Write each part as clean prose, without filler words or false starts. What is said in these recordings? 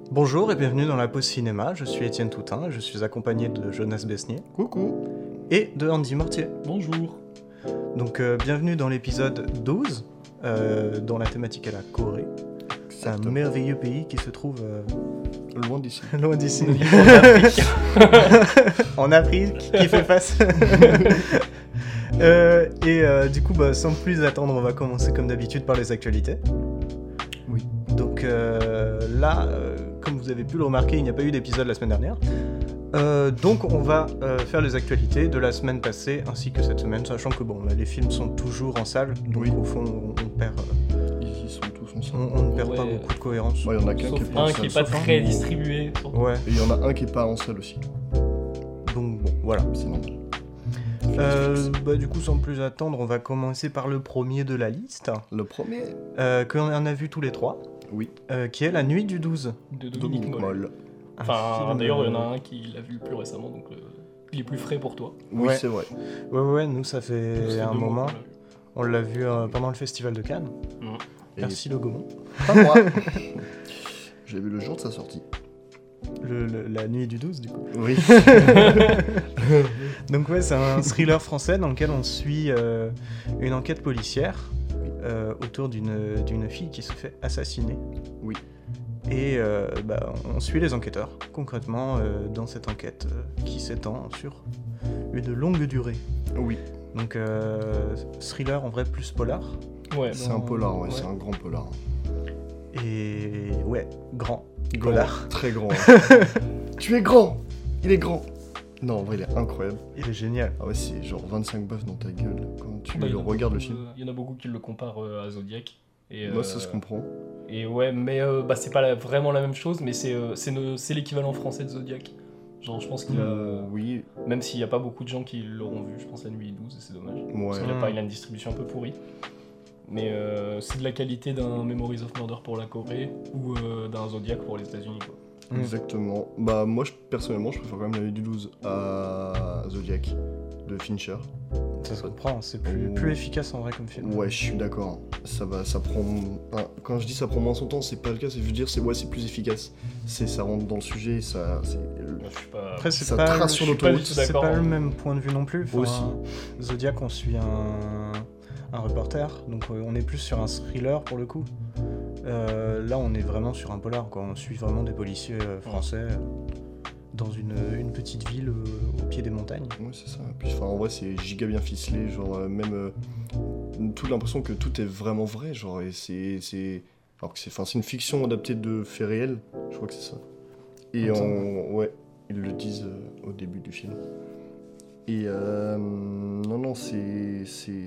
Bonjour et bienvenue dans la pause cinéma, je suis Étienne Toutain, je suis accompagné de Jonas Besnier. Coucou. Et de Andy Mortier. Bonjour. Donc bienvenue dans l'épisode 12, dont la thématique est la Corée. C'est un merveilleux pays qui se trouve... loin d'ici. Loin d'ici. En Afrique, qui fait face. Du coup, sans plus attendre, on va commencer comme d'habitude par les actualités. Oui. Donc là, comme vous avez pu le remarquer, il n'y a pas eu d'épisode la semaine dernière. Donc on va faire les actualités de la semaine passée ainsi que cette semaine, sachant que bon, là, les films sont toujours en salle, donc oui. Au fond on perd... Ils sont tous en salle. On ne perd pas beaucoup de cohérence. Il y en a qu'un qui est pas en un salle. qui est pas très distribué. Surtout. Ouais. Et il y en a un qui est pas en salle aussi. Donc bon, voilà. C'est normal. Du coup, sans plus attendre, on va commencer par le premier de la liste, Le premier. qu'on en a vu tous les trois, Oui. qui est La Nuit du 12. De Dominique Moll. Moll. Enfin, d'ailleurs, il y en a un qui l'a vu le plus récemment, donc il est plus frais pour toi. Oui, Ouais. c'est vrai. Ouais, nous ça fait C'est un 2 mois moment. qu'on l'a vu. On l'a vu pendant le festival de Cannes. Et Merci le Gaumont. pas moi. J'ai vu le jour de sa sortie. La Nuit du 12 du coup. Oui. Donc ouais, c'est un thriller français dans lequel on suit une enquête policière autour d'une fille qui se fait assassiner. Oui. Et on suit les enquêteurs, concrètement, dans cette enquête qui s'étend sur une longue durée. Oui. Donc thriller en vrai plus polar. Ouais, C'est un polar, ouais, c'est un grand polar. Et ouais, grand. Polar. Très grand. Tu es grand. Il est grand. Non, en vrai, il est incroyable. Il est génial. Ah ouais, c'est genre 25 baffes dans ta gueule quand tu Bah, il y en a regardes le beaucoup, film. Il y en a beaucoup qui le comparent à Zodiac. Et, Moi, ça se comprend. Et ouais, mais c'est pas vraiment la même chose, mais c'est l'équivalent français de Zodiac. Genre, je pense qu'il a. Oui. Même s'il n'y a pas beaucoup de gens qui l'auront vu, je pense La Nuit 12, et c'est dommage. Parce Ouais. qu'il a une distribution un peu pourrie. Mais c'est de la qualité d'un Memories of Murder pour la Corée ou d'un Zodiac pour les États-Unis, quoi. Exactement. Bah moi personnellement je préfère quand même La Nuit du 12 à Zodiac de Fincher. Ça se comprend, c'est plus efficace en vrai comme film. Ouais, je suis d'accord. Ça prend. Enfin, quand je dis ça prend moins son temps, c'est pas le cas. C'est je veux dire c'est plus efficace. Ça rentre dans le sujet. Moi, je suis pas. Après, c'est Ça pas, trace je sur suis pas, l'autoroute. c'est D'accord, pas hein. le même point de vue non plus. Enfin, Aussi. Zodiac, on suit un reporter, donc on est plus sur un thriller pour le coup. Là, on est vraiment sur un polar, quoi. On suit vraiment des policiers français dans une petite ville au pied des montagnes. Ouais, c'est ça. Puis en vrai c'est giga bien ficelé. Genre même toute l'impression que tout est vraiment vrai. Genre et c'est alors que c'est une fiction adaptée de faits réels. Je crois que c'est ça. Et ouais, ils le disent au début du film. Et non, c'est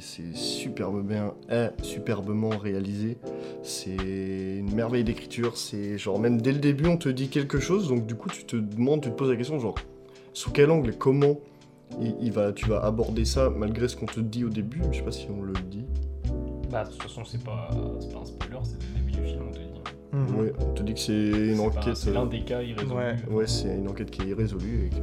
superbement réalisé. C'est une merveille d'écriture. C'est genre même dès le début on te dit quelque chose, donc du coup tu te poses la question genre sous quel angle et comment tu vas aborder ça malgré ce qu'on te dit au début. Je sais pas si on le dit. Bah, de toute façon, c'est pas un spoiler, c'est le début du film, on te dit. Mhm. Ouais, on te dit que c'est une enquête. C'est l'un des cas irrésolus. Ouais. C'est une enquête qui est irrésolue et que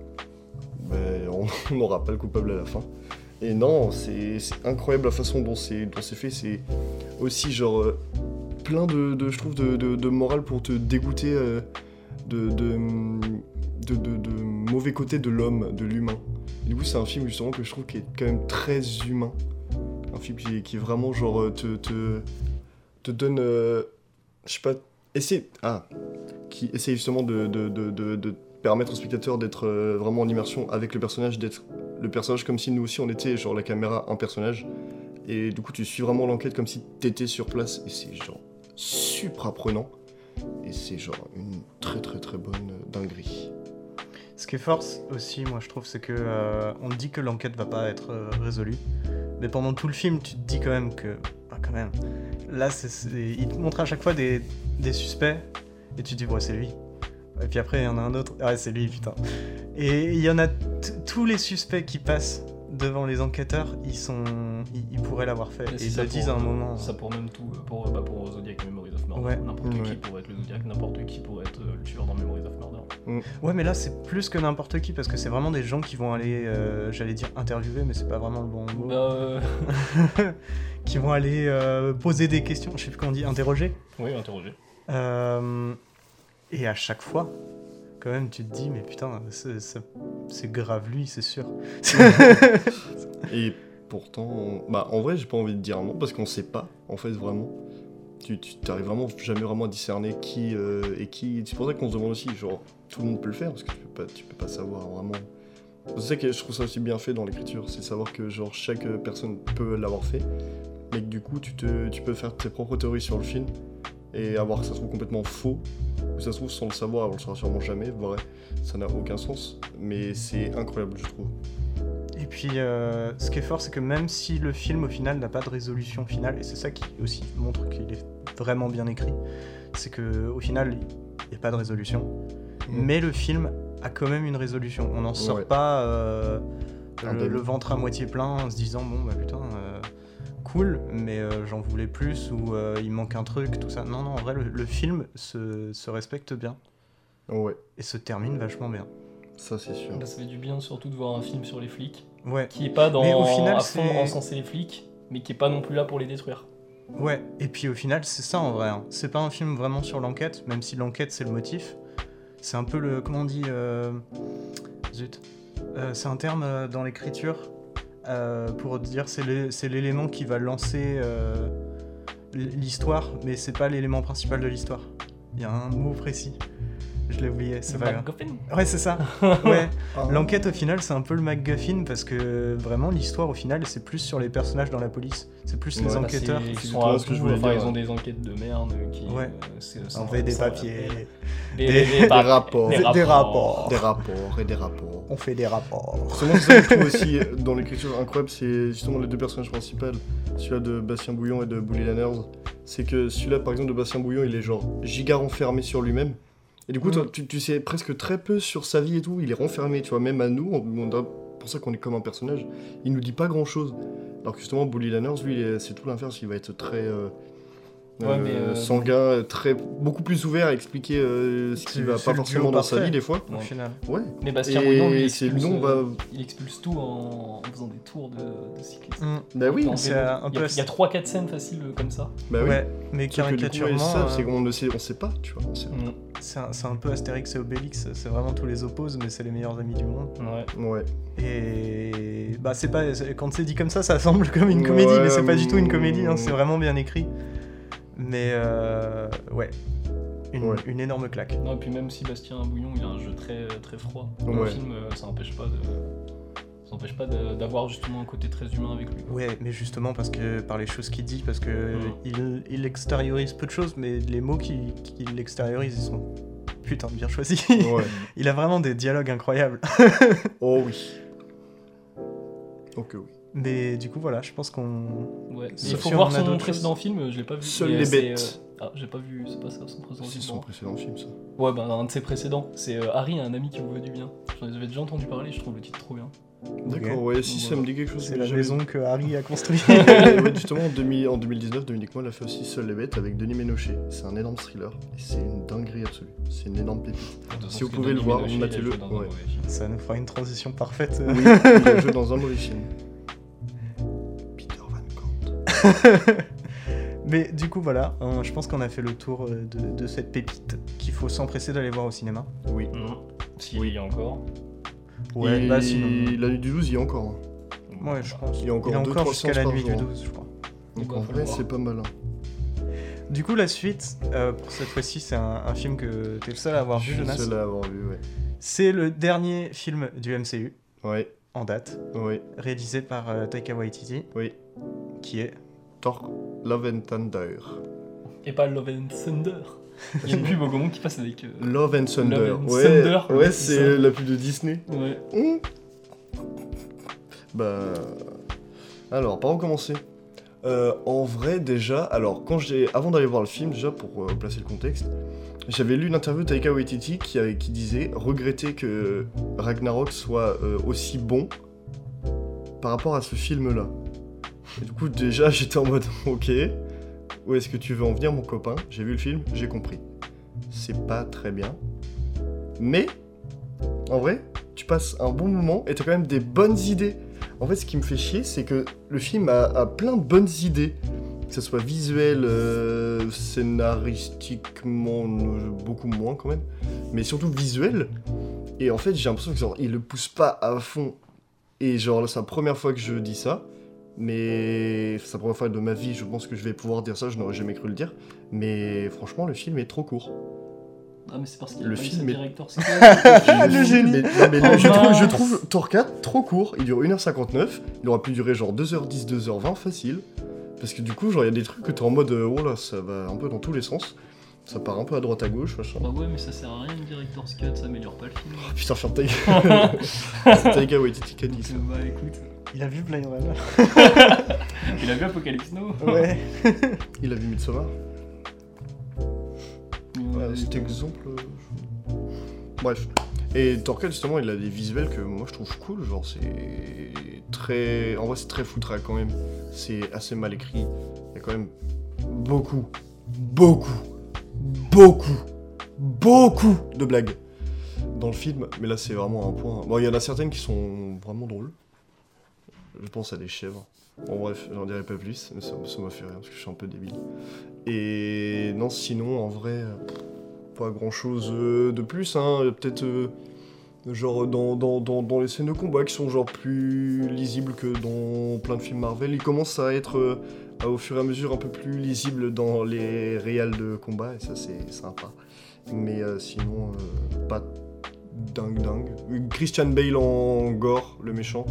on n'aura pas le coupable à la fin. Et non, c'est incroyable la façon dont c'est fait. C'est aussi genre plein je trouve de morale pour te dégoûter de mauvais côté de l'homme, de l'humain. Du coup, c'est un film justement que je trouve qui est quand même très humain. Un film qui est vraiment genre te donne je sais pas qui essaie justement de permettre au spectateur d'être vraiment en immersion avec le personnage, d'être le personnage comme si nous aussi on était genre la caméra un personnage, et du coup tu suis vraiment l'enquête comme si t'étais sur place, et c'est genre super apprenant et c'est genre une très très très bonne dinguerie. Ce qui est fort aussi, moi je trouve, c'est que on te dit que l'enquête va pas être résolue, mais pendant tout le film, tu te dis quand même que, quand même, là, il te montre à chaque fois des suspects, et tu te dis, ouais, c'est lui. Et puis après, il y en a un autre, c'est lui, putain. Et il y en a tous les suspects qui passent devant les enquêteurs, ils pourraient l'avoir fait. Et ils le disent à un moment. Ça pour même tout, pour Zodiac et Memories of Murder. Ouais. N'importe qui pourrait être le Zodiac, n'importe qui pourrait être le tueur dans Memories of Murder. Ouais, mais là, c'est plus que n'importe qui, parce que c'est vraiment des gens qui vont aller, j'allais dire interviewer, mais c'est pas vraiment le bon mot. Qui vont aller poser des questions, je sais plus comment on dit, interroger. Oui, interroger. Et à chaque fois, quand même, tu te dis, mais putain, c'est grave lui, c'est sûr. Et pourtant, bah en vrai, j'ai pas envie de dire non, parce qu'on sait pas, en fait, vraiment. Tu t'arrives vraiment jamais vraiment à discerner qui est qui. C'est pour ça qu'on se demande aussi, genre, tout le monde peut le faire, parce que tu peux pas savoir vraiment. C'est ça que je trouve ça aussi bien fait dans l'écriture, c'est savoir que genre chaque personne peut l'avoir fait, mais que du coup tu peux faire tes propres théories sur le film et avoir que ça se trouve complètement faux, ou ça se trouve sans le savoir, on le saura sûrement jamais, vrai, ça n'a aucun sens, mais c'est incroyable je trouve. Et puis, ce qui est fort, c'est que même si le film, au final, n'a pas de résolution finale, et c'est ça qui aussi montre qu'il est vraiment bien écrit, c'est qu'au final, il n'y a pas de résolution, mais le film a quand même une résolution. On n'en sort pas le ventre à moitié plein en se disant, bon, bah putain, cool, mais j'en voulais plus, ou il manque un truc, tout ça. Non, en vrai, le film se respecte bien, et se termine vachement bien. Ça c'est sûr. Ça fait du bien surtout de voir un film sur les flics, Ouais. qui est pas Mais au final, à fond encenser les flics, mais qui est pas non plus là pour les détruire. Ouais, et puis au final, c'est ça en vrai. Hein. C'est pas un film vraiment sur l'enquête, même si l'enquête c'est le motif. C'est un peu le. Comment on dit Zut. C'est un terme dans l'écriture pour dire c'est l'élément qui va lancer l'histoire, mais c'est pas l'élément principal de l'histoire. Il y a un mot précis. Je l'ai oublié, c'est pas grave. MacGuffin. Ouais, c'est ça. Ouais. L'enquête, au final, c'est un peu le MacGuffin parce que vraiment, l'histoire, au final, c'est plus sur les personnages dans la police. C'est plus les enquêteurs. Ils C'est sont à ce que je bout, voulais dire. ils ont des enquêtes de merde qui. Ouais. C'est On fait des papiers. Des rapports. Des rapports. Des rapports et des rapports. On fait des rapports. Justement, c'est ça que je trouve aussi dans l'écriture incroyable, c'est justement les deux personnages principaux, celui-là de Bastien Bouillon et de Bully Lanners. C'est que celui-là, par exemple, de Bastien Bouillon, il est genre giga renfermé sur lui-même. Et du coup, toi, tu sais presque très peu sur sa vie et tout, il est renfermé, tu vois, même à nous, pour ça qu'on est comme un personnage, il nous dit pas grand-chose. Alors que justement, Bully Lanners, lui, c'est tout l'inverse, il va être très sanguin, beaucoup plus ouvert à expliquer ce qui va pas forcément dans sa vie des fois. Au final. Ouais. Mais Bastien Bouillon, lui, il expulse tout en faisant des tours de cyclisme. Bah oui, c'est un peu. Il y a 3-4 scènes faciles comme ça. Bah oui. Ouais, mais caricatureusement. C'est qu'on ne sait pas, tu vois. C'est un peu Astérix et Obélix, c'est vraiment tous les opposés, mais c'est les meilleurs amis du monde. Ouais. Et bah c'est pas quand c'est dit comme ça semble comme une comédie, mais c'est pas du tout une comédie, hein, c'est vraiment bien écrit. Mais une énorme claque. Non, et puis même si Bastien Bouillon il a un jeu très très froid, dans le film, ça n'empêche pas d'avoir justement un côté très humain avec lui. Ouais, mais justement par les choses qu'il dit, parce que il extériorise peu de choses, mais les mots qu'il extériorise, ils sont putain bien choisis. Ouais. Il a vraiment des dialogues incroyables. Oh oui. Ok, oui. Mais du coup, voilà, je pense qu'on... Ouais. Il faut voir son précédent film, je l'ai pas vu. Seules les bêtes. J'ai pas vu, c'est pas ça son précédent film. C'est son précédent film, ça. Ouais, bah un de ses précédents. C'est Harry, un ami qui vous veut du bien. J'en avais déjà entendu parler, je trouve le titre trop bien. D'accord, ouais, si ça me dit quelque chose. C'est la maison que Harry a construite. Ouais, justement, en 2019, Dominique Moll a fait aussi Seules les bêtes avec Denis Ménochet. C'est un énorme thriller et c'est une dinguerie absolue. C'est une énorme pépite. Si vous pouvez le voir, matez-le. Ouais. Ça nous fera une transition parfaite. Oui, il a joué dans un mauvais film. Peter Van Kant. Mais du coup, voilà, je pense qu'on a fait le tour de cette pépite qu'il faut s'empresser d'aller voir au cinéma. Oui. S'il y a encore. Ouais, bah sinon. La nuit du 12, il y a encore. Ouais, je pense. Il y a encore jusqu'à la nuit du 12, je crois. Donc en vrai, c'est pas mal. Du coup, la suite, pour cette fois-ci, c'est un film que t'es le seul à avoir vu, Jonas. Je suis le seul à avoir vu, ouais. C'est le dernier film du MCU. Ouais. En date. Oui. Réalisé par Taika Waititi. Oui. Qui est Thor Love and Thunder. Et pas Love and Thunder. Il y a une pub au moment qui passe avec... Love and Thunder. Love and Thunder. Ouais, c'est la pub de Disney. Ouais. Bah... Alors, par où commencer ? En vrai, déjà, alors, avant d'aller voir le film, déjà, pour placer le contexte, j'avais lu une interview de Taika Waititi qui disait regretter que Ragnarok soit aussi bon par rapport à ce film-là. Et du coup, déjà, j'étais en mode, ok, où est-ce que tu veux en venir, mon copain ? J'ai vu le film, j'ai compris. C'est pas très bien. Mais, en vrai, tu passes un bon moment et t'as quand même des bonnes idées. En fait, ce qui me fait chier, c'est que le film a plein de bonnes idées. que ce soit visuel, scénaristiquement, beaucoup moins quand même, mais surtout visuel. Et en fait, j'ai l'impression que genre, il le pousse pas à fond. Et genre, là, c'est la première fois que je dis ça. Mais c'est la première fois de ma vie, je pense que je vais pouvoir dire ça, je n'aurais jamais cru le dire. Mais franchement, le film est trop court. Ah, mais c'est parce qu'il Le a pas eu film sa est- director Le génie. Mais je mince. trouve Thor 4 trop court, il dure 1h59, il aurait pu durer genre 2h10, 2h20 facile. Parce que du coup, genre, il y a des trucs que t'es en mode, oh là, ça va un peu dans tous les sens. Ça part un peu à droite à gauche, machin. Bah ouais, mais ça sert à rien une director's cut, ça améliore pas le film. Oh, putain, ferme ta gueule. Taika Waititi qui a dit ça. Bah écoute, Il a vu Blade Runner. il a vu Apocalypse Now. Ouais. Il a vu Midsommar. Ouais, Cet exemple. Bref. Et Thor 4, justement, il a des visuels que moi je trouve cool. Genre, c'est très. En vrai, c'est très foutraque quand même. C'est assez mal écrit. Il y a quand même beaucoup de blagues dans le film. Mais là, c'est vraiment un point. Bon, il y en a certaines qui sont vraiment drôles. Je pense à des chèvres. Bon, bref, j'en dirai pas plus. Mais ça m'a fait rire parce que je suis un peu débile. Et non, sinon, en vrai. Pas grand chose de plus, hein. Peut-être genre dans les scènes de combat qui sont genre plus lisibles que dans plein de films Marvel. Ils commencent à être au fur et à mesure un peu plus lisibles dans les réals de combat et ça c'est sympa. Mais sinon, pas dingue. Christian Bale en gore, le méchant.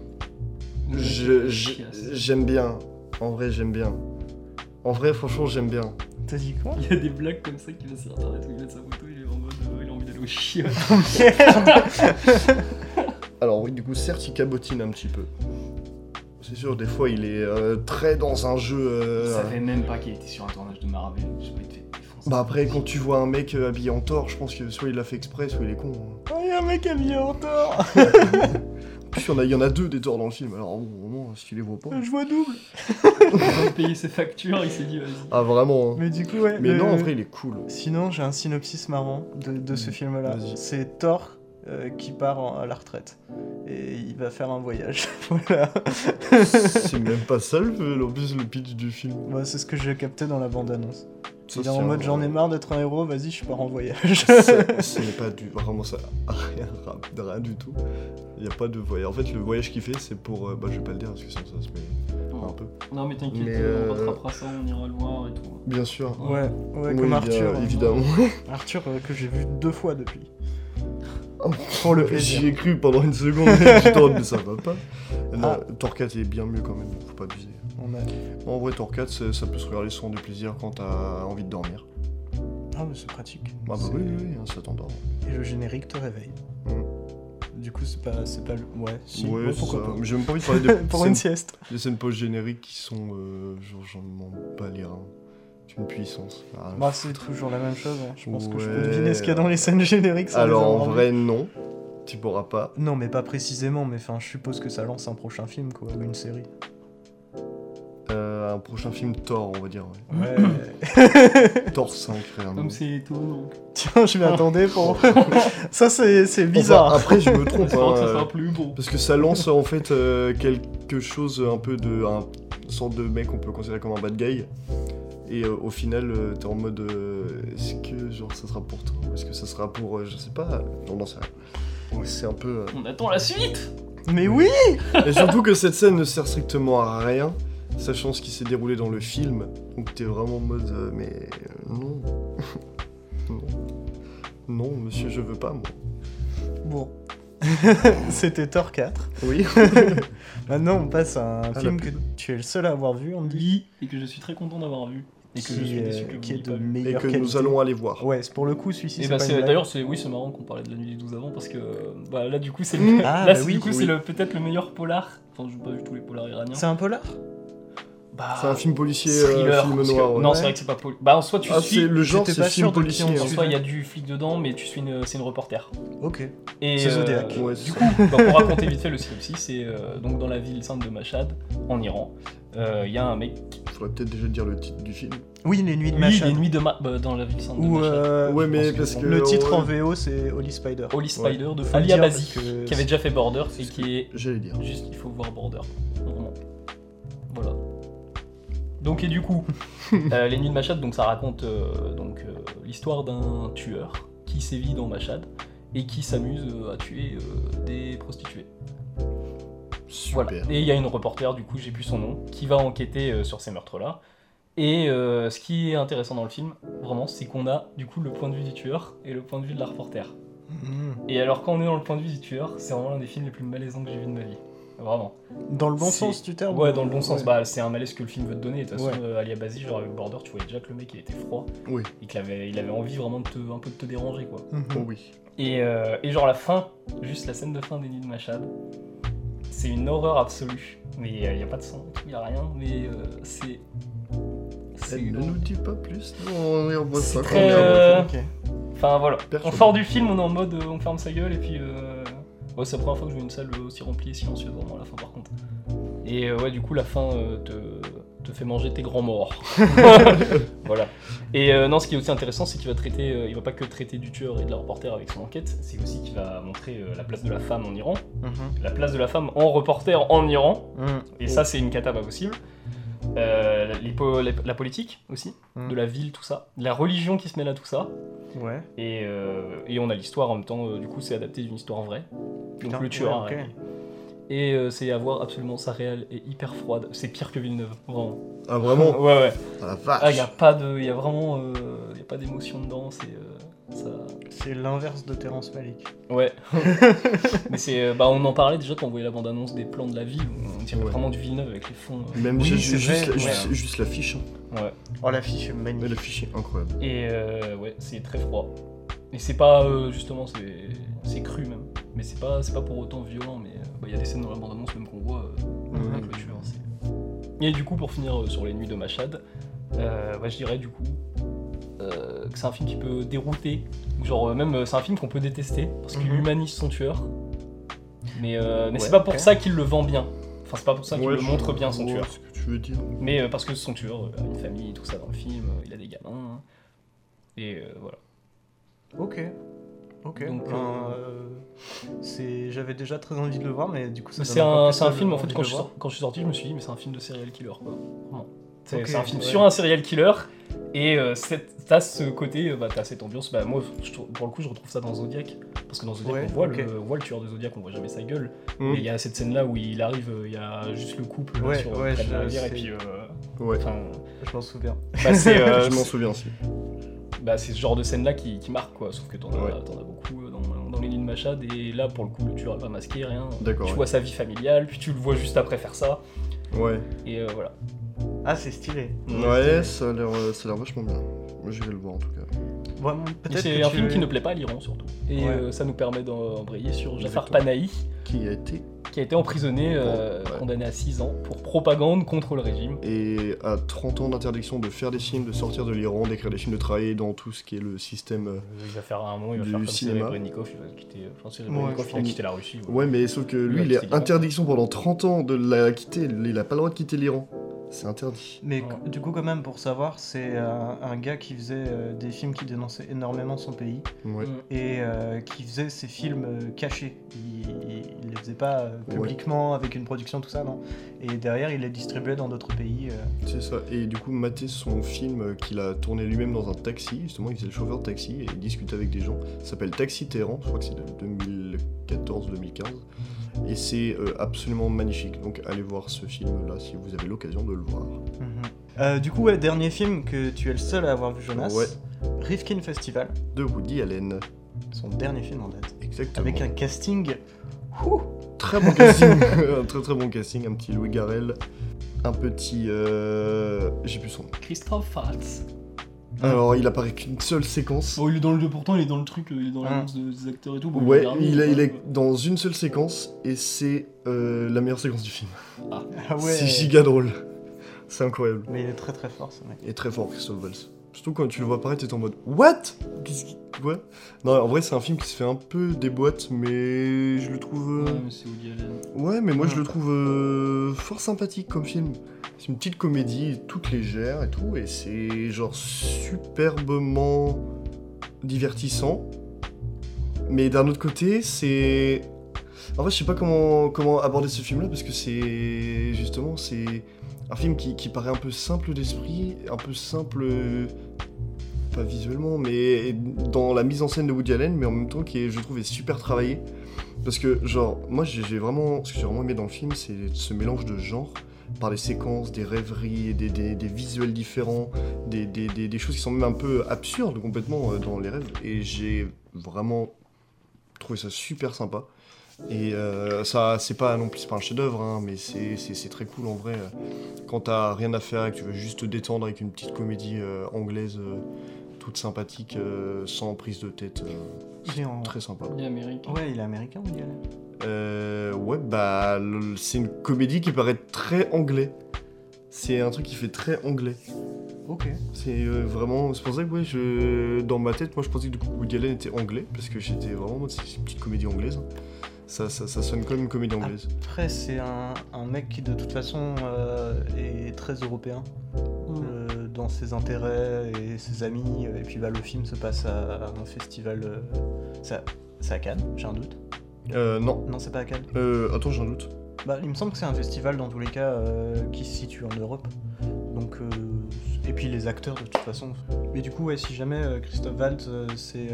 J'aime bien. En vrai, j'aime bien. En vrai, franchement, j'aime bien. T'as dit quoi? Il y a des blagues comme ça qui va sur internet où il met sa photo, il est en mode il a envie d'aller au chiottes. Merde. Alors oui, du coup, certes, il cabotine un petit peu. C'est sûr, des fois, il est très dans un jeu... Il savait même pas qu'il était sur un tournage de Marvel, je sais pas, il te fait défoncer. Bah après, quand tu vois un mec habillé en Thor, je pense que soit il l'a fait exprès, soit il est con. Hein. Oh, y'a un mec habillé en Thor. En plus, il y en a deux des Thor dans le film, alors bon, vraiment, si tu les vois pas... Je vois double. Il a payé ses factures, il s'est dit vas-y. Ah, vraiment, hein. Mais du coup, ouais. Mais non, en vrai, il est cool. Sinon, j'ai un synopsis marrant de ce film-là. Vas-y. C'est Thor qui part à la retraite. Et il va faire un voyage. Voilà. C'est même pas ça, en plus, le pitch du film. Moi, c'est ce que j'ai capté dans la bande-annonce. Ça, Il est en c'est mode un- j'en ai marre d'être un héros, vas-y, je pars en voyage. Ce n'est pas vraiment ça, rien du tout. Il n'y a pas de voyage. En fait, le voyage qu'il fait, c'est pour... bah, je vais pas le dire parce que sinon ça se met un peu. Non mais t'inquiète, Mais, on rattrapera ça, on ira le voir et tout. Bien sûr. Ouais, Oui, comme bien, Arthur. évidemment. Arthur que j'ai vu 2 fois depuis. Pour le plaisir. J'y ai cru pendant une seconde, mais ça va pas. Non, Ah. Thor 4 est bien mieux quand même, faut pas abuser. On a... En vrai, Thor 4, ça peut se regarder sans de plaisir quand t'as envie de dormir. Ah, mais c'est pratique. Ah bah C'est- oui, hein, ça t'endort. Et le générique te réveille. Du coup, c'est pas le... Ouais, si. Ouais, ouais, c'est pourquoi ça. pas. Mais j'ai même pas envie de parler des Pour une sieste. scènes post-génériques qui sont genre j'en m'en bats les reins. C'est une puissance. Ah, Bah, c'est toujours la même chose. Hein. Je pense que je peux Ouais. deviner ce qu'il y a dans les scènes génériques. sans alors les en avoir vues. vrai, non. Tu pourras pas. Non, mais pas précisément, mais enfin, je suppose que ça lance un prochain film, quoi, ou une série. Un prochain film Thor, on va dire. Ouais. Ouais. Thor 5, réellement. Comme c'est étonnant. Tiens, je m'y attendais pour... Ça, c'est bizarre. Enfin, après, je me trompe. J'espère que ça hein, sera plus bon. parce que ça lance en fait quelque chose un peu de... une sorte de mec qu'on peut considérer comme un bad guy. Et au final, t'es en mode... est-ce que genre ça sera pour toi ou est-ce que ça sera pour... je sais pas. Non, c'est rien. Ouais, c'est un peu... On attend la suite. Mais oui. Et surtout que cette scène ne sert strictement à rien, sachant ce qui s'est déroulé dans le film. Donc t'es vraiment en mode... mais... non. Non. Non, monsieur, je veux pas, moi. Bon. C'était Thor 4. Oui. Maintenant, on passe à un Ah, film la que pub. tu es le seul à avoir vu, on me dit. Oui, et que je suis très content d'avoir vu. Et que je suis déçu que vous qui est n'ayez de pas vu. Et meilleure que qualité. nous allons aller voir. Ouais, c'est pour le coup, celui-ci, Et c'est bah pas une c'est blague. d'ailleurs c'est marrant qu'on parlait de la nuit des 12 avant parce que bah là du coup c'est le Ah, là bah c'est oui, du coup oui. c'est le peut-être le meilleur polar. Enfin j'ai pas vu tous les polars iraniens. C'est un polar. Bah, C'est un film policier, thriller, film parce que- noir. ouais. Non, Ouais. c'est vrai que c'est pas bah en soi tu Ah, suis c'est le genre, J'étais c'est pas film sûr de qui policier. on en hein. suivait. soi il y a du flic dedans mais tu suis c'est une reporter. Ok. Et C'est Zodiac. Ouais, du c'est coup bah, pour raconter vite fait le synopsis c'est donc dans la ville sainte de Mashhad en Iran il y a un mec Faudrait peut-être déjà dire le titre du film. Oui, les nuits de oui Mashhad. les nuits de dans la ville sainte de Ou Mashhad. Ouais, je mais pense parce que- le titre en ouais. VO, c'est Holy Spider. Holy Spider de Faut le Ali dire Abazi parce que qui avait déjà fait Border et ce qui est J'allais dire. juste il faut voir Border vraiment voilà Donc et du coup, les Nuits de Mashhad, donc ça raconte l'histoire d'un tueur qui sévit dans Mashhad et qui s'amuse à tuer des prostituées. Super. Voilà. Et il y a une reporter, du coup j'ai plus son nom, qui va enquêter sur ces meurtres-là. Et ce qui est intéressant dans le film, vraiment, c'est qu'on a du coup le point de vue du tueur et le point de vue de la reporter. Et alors quand on est dans le point de vue du tueur, c'est vraiment l'un des films les plus malaisants que j'ai vu de ma vie. Vraiment. Dans le bon C'est- sens du terme. Ouais, dans le bon sens. Ouais. Bah, c'est un malaise que le film veut te donner. De toute façon, Ouais. Ali Abazi, genre avec Border, tu voyais déjà que le mec il était froid Oui. et qu'il avait, il avait envie vraiment de un peu de te déranger, quoi. Oh oui. Et genre la fin, juste la scène de fin des Nuits de Mashhad, c'est une horreur absolue. Mais il y a pas de sang, il y a rien, mais c'est. Elle ne nous dit pas plus. Non, on voit ça. très, Ok. Enfin voilà, Perturbant. on sort du film, on est en mode on ferme sa gueule et puis. Ouais, c'est la première fois que je vois une salle aussi remplie et silencieuse vraiment à la fin par contre. Et ouais, du coup, la fin te fait manger tes grands morts. Voilà. Et non, ce qui est aussi intéressant, c'est qu'il va traiter, il va pas que traiter du tueur et de la reporter avec son enquête, c'est aussi qu'il va montrer la place de la femme en Iran, la place de la femme en reporter en Iran, et ça, c'est une cata pas possible. La politique aussi, de la ville, tout ça, la religion qui se mêle à tout ça, Ouais. et on a l'histoire en même temps, du coup, c'est adapté d'une histoire vraie. Donc Putain, le tueur. ouais, ok. Et c'est à voir absolument, sa réelle est hyper froide. C'est pire que Villeneuve, vraiment. Ah, vraiment. Ouais, ouais. Ah, la vache. Ah, y a pas de, y a vraiment, y a pas d'émotion dedans. C'est ça. C'est l'inverse de Terrence Malick. Ouais. Mais c'est, bah, on en parlait déjà quand on voyait la bande-annonce des plans de la ville. On dirait Ouais. vraiment du Villeneuve avec les fonds. Même Oui, juste, c'est vrai, juste l'affiche. Hein. Ouais. Oh, l'affiche est Ouais, magnifique. l'affiche est incroyable. Et ouais, c'est très froid. Et c'est pas justement, c'est cru même. Mais c'est pas pour autant violent. Mais il y a des scènes dans la bande-annonce même qu'on voit avec le tueur. Et du coup, pour finir sur les Nuits de Mashhad, je dirais du coup que c'est un film qui peut dérouter. Genre même c'est un film qu'on peut détester parce qu'il humanise son tueur. Mais c'est Ouais, pas pour ok. ça qu'il le vend bien. Enfin, c'est pas pour ça qu'il Ouais, le je montre bien son vois tueur. ce que tu veux dire. Mais parce que son tueur a une famille, tout ça dans le film, il a des gamins. Hein. Et voilà. Ok. Ok. Donc, J'avais déjà très envie de le voir, mais du coup, ça C'est donne encore un, plus c'est un envie film, de en fait, le quand je, suis voir. quand je suis sorti, je me suis dit, mais c'est un film de serial killer, quoi. Vraiment. C'est Ok, c'est un film ouais. sur un serial killer, et t'as ce côté, t'as cette ambiance. Bah, moi, pour le coup, je retrouve ça dans Zodiac. Parce que dans Zodiac, Ouais, on voit, ok. on voit le tueur de Zodiac, on voit jamais sa gueule. Mm. Mais il y a cette scène-là où il arrive, il y a juste le couple là, Ouais, sur ouais, près de la je rivière, et sais. puis. Ouais. Enfin, Je m'en souviens. bah, c'est Je m'en souviens aussi. bah, c'est ce genre de scène-là qui marque, quoi. Sauf que t'en Ouais. as beaucoup dans les Nuits de Mashhad, et là, pour le coup, le tueur est pas masqué, rien. D'accord, Tu ouais. vois sa vie familiale, puis tu le vois juste après faire ça, Ouais. et voilà. Ah, c'est stylé. Ouais, ça a l'air vachement bien. Moi, j'irai le voir en tout cas. Vraiment, Et peut-être c'est que un tu- film qui ne plaît pas à l'Iran surtout. Et Ouais. ça nous permet d'embrayer sur Jafar Exactement. Panahi, Qui a été qui a été emprisonné, ouais. condamné à 6 ans pour propagande contre le régime. et a 30 ans d'interdiction de faire des films, de sortir de l'Iran, d'écrire des films, de travailler dans tout ce qui est le système. Il va faire un moment, il va Du faire comme cinéma. Serebrennikov, il va quitter. Enfin, Ouais, Serebrennikov, je il a pense. quitté la Russie. Ouais, mais sauf que lui, Ouais, il est c'est l'Iran. interdiction pendant 30 ans de la quitter. Il a pas le droit de quitter l'Iran. C'est interdit. Mais Ouais. du coup, quand même, pour savoir, c'est un gars qui faisait des films qui dénonçaient énormément son pays Ouais. et qui faisait ses films cachés. Il les faisait pas publiquement avec une production, tout ça, non. Et derrière, il les distribuait dans d'autres pays. C'est ça. Et du coup, mater son film qu'il a tourné lui-même dans un taxi. Justement, il faisait le chauffeur de taxi et il discutait avec des gens. Ça s'appelle Taxi Téhéran. Je crois que c'est de 2014-2015. Et c'est absolument magnifique. Donc, allez voir ce film-là si vous avez l'occasion de le voir. Du coup, ouais, dernier film que tu es le seul à avoir vu, Jonas. Ouais. Rifkin Festival, De Woody Allen. son dernier film en date. Exactement. Avec un casting. Ouh, Très bon casting. Un très très bon casting. Un petit Louis Garrel. Un petit. J'ai plus son nom. Christophe Waltz. Alors, il apparaît qu'une seule séquence. Bon, il est dans le jeu, pourtant, il est dans le truc, il est dans Ah. l'annonce des acteurs et tout. Bon, Ouais, regardez, il est quoi. dans une seule séquence et c'est la meilleure séquence du film. ah ouais. C'est giga drôle. C'est incroyable. Mais il est très très fort, ce mec. Et très fort, Christophe Waltz. Surtout quand tu le vois apparaître, t'es en mode What? Qu'est-ce qui. Ouais. Non, en vrai, c'est un film qui se fait un peu des boîtes, mais je le trouve. Ouais, mais c'est Woody Allen. Ouais, mais moi je Ouais. le trouve fort sympathique comme film. C'est une petite comédie toute légère et tout, et c'est genre superbement divertissant. Mais d'un autre côté, c'est. En vrai, je sais pas comment aborder ce film-là parce que c'est. Justement, c'est un film qui paraît un peu simple d'esprit, un peu simple, pas visuellement, mais dans la mise en scène de Woody Allen, mais en même temps qui est, je trouve, est super travaillé. Parce que, genre, moi, ce que j'ai vraiment aimé dans le film, c'est ce mélange de genres, par les séquences, des rêveries, des visuels différents, des choses qui sont même un peu absurdes complètement dans les rêves. Et j'ai vraiment trouvé ça super sympa. Et ça, c'est pas non plus pas un chef-d'œuvre, hein, mais c'est très cool en vrai. Quand t'as rien à faire et que tu veux juste te détendre avec une petite comédie anglaise toute sympathique, sans prise de tête, c'est très sympa. Il est américain. Ouais, il est américain, Woody Allen. Ouais, bah, c'est une comédie qui paraît très anglais. C'est un truc qui fait très anglais. Ok. C'est vraiment, c'est pour ça que ouais, dans ma tête, moi je pensais que Woody Allen était anglais, parce que j'étais vraiment en mode, c'est une petite comédie anglaise. Ça sonne comme une comédie anglaise. Après, c'est un mec qui de toute façon est très européen dans ses intérêts et ses amis. Et puis bah, le film se passe à un festival. C'est à Cannes, j'ai un doute. Non. Non, c'est pas à Cannes. Attends, j'ai un doute. Bah, il me semble que c'est un festival dans tous les cas qui se situe en Europe. Donc, et puis les acteurs de toute façon. Mais du coup, ouais, si jamais Christophe Waltz, c'est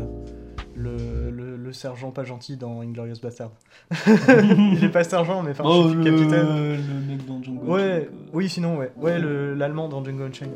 le sergent pas gentil dans Inglourious Bastard. Il est pas sergent, mais enfin, je suis capitaine. Le mec dans Django. Ouais, oui, sinon, ouais. Ouais, l'allemand dans Django Unchained.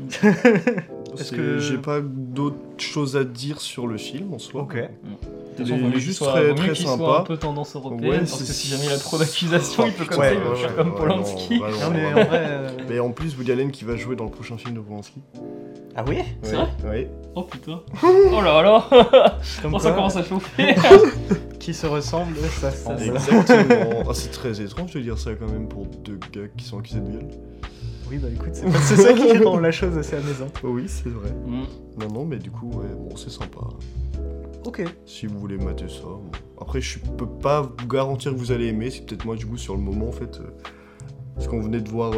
Est-ce que J'ai pas d'autre chose à dire sur le film en soi. Ok. Il est juste très soit sympa. un peu tendance européenne, Ouais, parce que si jamais il a trop d'accusations, il peut comme Ouais, ça, il va faire comme Polanski. non, Non, mais en vrai. Mais en plus, Woody Allen qui va jouer dans le prochain film de Polanski. Ah oui C'est vrai ? Ouais. Oh putain. Oh là là. Comme Bon, ça quoi, commence à chauffer. Qui se ressemble, ça semble. Exactement. Ah, c'est très étrange de dire ça quand même pour deux gars qui sont accusés de viol. Oui, bah écoute, c'est ça qui rend la chose assez amusante. Oh oui, c'est vrai. Mm. Non, mais du coup, ouais, bon, c'est sympa. Ok. Si vous voulez mater ça. Bon. Après, je peux pas vous garantir que vous allez aimer. C'est peut-être moi, du coup, sur le moment, en fait. Parce qu'on venait de voir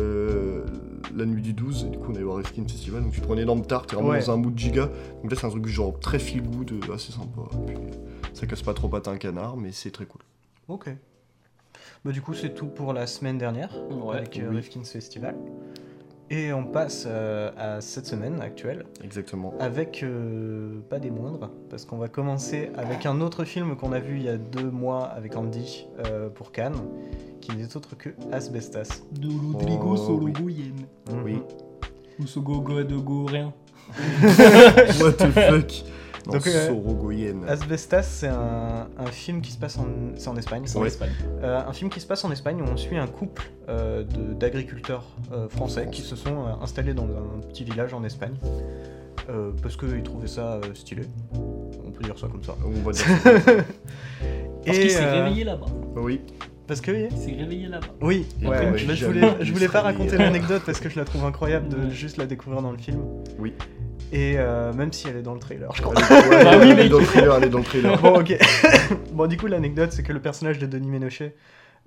La Nuit du 12, et du coup, on allait voir Rifkin Festival. Donc, tu prends une énorme tarte, t'es vraiment Ouais. dans un mood giga. Donc là, c'est un truc genre très feel good, assez sympa. Et puis, ça casse pas trop patin un canard, mais c'est très cool. Ok. Bah du coup, c'est tout pour la semaine dernière, Ouais, avec oui. Rifkin's Festival. Et on passe à cette semaine actuelle, Exactement. avec pas des moindres, parce qu'on va commencer avec un autre film qu'on a vu il y a 2 mois avec Andy pour Cannes, qui n'est autre que Asbestas. De Rodrigo Oh, Sorogoyen. Oui. Ou Sogogo de Go rien. What the fuck. Non, Donc, Sorogoyen. Asbestas, c'est un film qui se passe c'est en Espagne. C'est en Ouais. Espagne. Un film qui se passe en Espagne où on suit un couple d'agriculteurs français qui se sont installés dans un petit village en Espagne parce qu'ils trouvaient ça stylé. On peut dire ça comme ça. On va dire ça. Parce qu'il s'est réveillé là-bas. Oui. Parce que Il s'est réveillé là-bas. oui, Et ouais, après, mais jamais je pu voulais se pas réveiller. raconter l'anecdote parce que je la trouve incroyable de Ouais. juste la découvrir dans le film. Oui. Et même si elle est dans le trailer, je crois. Ouais, Ah oui, elle est mec. dans le trailer, elle est dans le trailer. Bon, ok. Bon, du coup, l'anecdote, c'est que le personnage de Denis Ménochet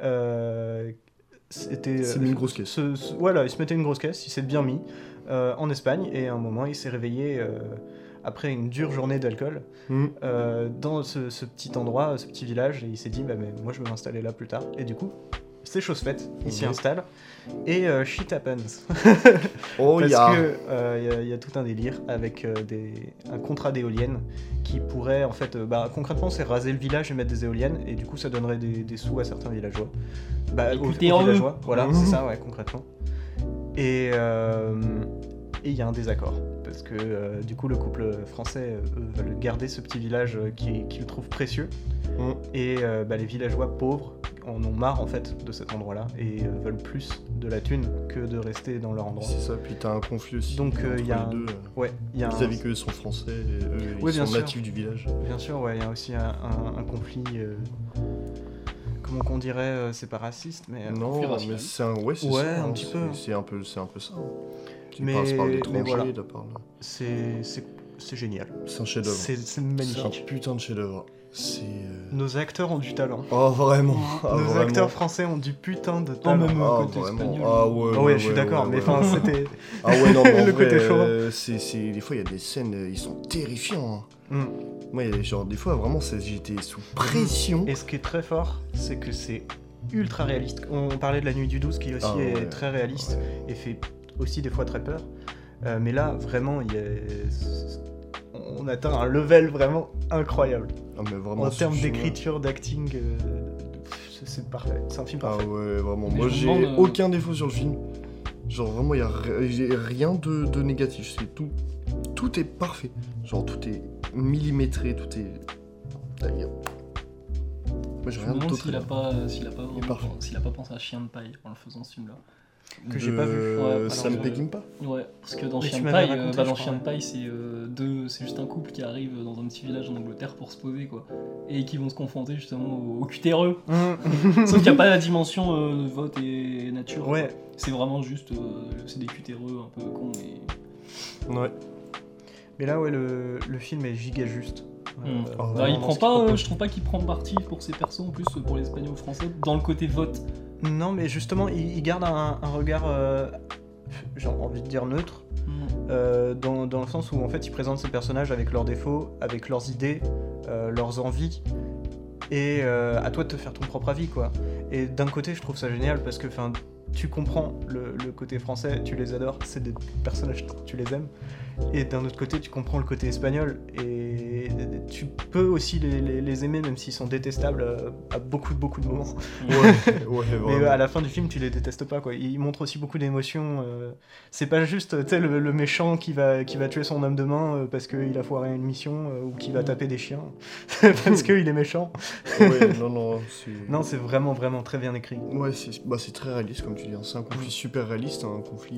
c'était. C'est mis une grosse caisse. Voilà, il se mettait une grosse caisse, il s'est bien mis en Espagne, et à un moment, il s'est réveillé après une dure journée d'alcool dans ce petit endroit, ce petit village, et il s'est dit, bah, mais moi, je vais m'installer là plus tard. Et du coup, c'est chose faite, il s'y Ok. installe, et shit happens. Oh, Parce ya. que y a tout un délire avec un contrat d'éoliennes qui pourrait en fait, concrètement c'est raser le village et mettre des éoliennes et du coup ça donnerait des sous à certains villageois. Aux Écoutez, en eux. villageois, voilà, Mhm. c'est ça, ouais, concrètement. Et il y a un désaccord parce que du coup le couple français eux veulent garder ce petit village qu'ils trouvent précieux Mhm. et les villageois pauvres en ont marre en fait de cet endroit-là et veulent plus de la thune que de rester dans leur endroit. C'est ça, puis t'as un conflit aussi. Donc, entre il y a les deux. Ouais, il y a Vis-à-vis qu'eux sont français et eux Ouais, ils bien sont sûr. natifs du village. bien sûr, ouais, il y a aussi un conflit. Comment qu'on dirait, c'est pas raciste, mais. Non, conflit mais racial. c'est un, ouais, c'est Ouais, ça, un hein, petit c'est- peu. C'est un peu ça. Hein. Tu Mais- parles mais d'étrangers, voilà. tu parles. C'est génial. C'est un chef-d'œuvre. C'est C'est un magnifique. putain de chef-d'œuvre. C'est. Nos acteurs ont du talent. Oh vraiment. Ah, Nos vraiment. acteurs français ont du putain de Oh, talent. même Ah, côté vraiment. espagnol. Ah ouais. Ah ouais, je suis d'accord, mais enfin, c'était. Ah ouais, non, mais en Le vrai, côté chaud. des fois, il y a des scènes, ils sont terrifiants. Hein. Mm. Moi, il y a genre, des fois, vraiment, j'étais sous pression. Et ce qui est très fort, c'est que c'est ultra réaliste. On parlait de La Nuit du 12 qui aussi est ouais, très réaliste ouais. et fait aussi des fois très peur. Mais là, vraiment, on atteint un level vraiment incroyable. Ah, mais vraiment, En ce termes film-là. d'écriture, d'acting, c'est parfait. C'est un film Ah parfait. ouais, vraiment. Mais Moi, je me j'ai demande, aucun défaut sur le film. Genre, vraiment, j'ai rien de négatif. C'est tout. Tout est parfait. Genre, tout est millimétré, tout est. Allez, hop. Moi, j'ai Je me rien demande d'autre. s'il a à dire. pas, parfait. s'il a pas pensé à Chien de paille en le faisant ce film-là. Que j'ai pas vu. Ouais, Sam alors, Peckinpah. Ouais, parce que dans Mais Chien tu de m'avais paille, raconté, dans je Chien crois, de paille, c'est juste un couple qui arrive dans un petit village en Angleterre pour se poser quoi, et qui vont se confronter justement au cutéreux. Sauf qu'il n'y a pas la dimension de vote et nature. Ouais. C'est vraiment juste, c'est des cutéreux un peu cons. Et... Ouais. Mais là, ouais, le film est giga juste. Oh, Bah, vraiment, il prend ce qu'il pas, propose. je trouve pas qu'il prend parti pour ses persos en plus pour les Espagnols français dans le côté vote. Non, mais justement, il garde un regard, j'ai envie de dire neutre, dans le sens où en fait il présente ses personnages avec leurs défauts, avec leurs idées, leurs envies, et à toi de te faire ton propre avis quoi. Et d'un côté je trouve ça génial parce que tu comprends le côté français, tu les adores, c'est des personnages, tu les aimes, et d'un autre côté tu comprends le côté espagnol et tu peux aussi les aimer même s'ils sont détestables à beaucoup de moments. Ouais, Mais vraiment. à la fin du film, tu les détestes pas quoi. Il montre aussi beaucoup d'émotions. C'est pas juste tu sais, le méchant qui va tuer son homme de main parce qu'il a foiré une mission ou qui va taper des chiens parce qu'il est méchant. Ouais, non, c'est. Non, c'est vraiment très bien écrit. Ouais, c'est très réaliste comme tu dis. Hein. C'est un conflit super réaliste, un conflit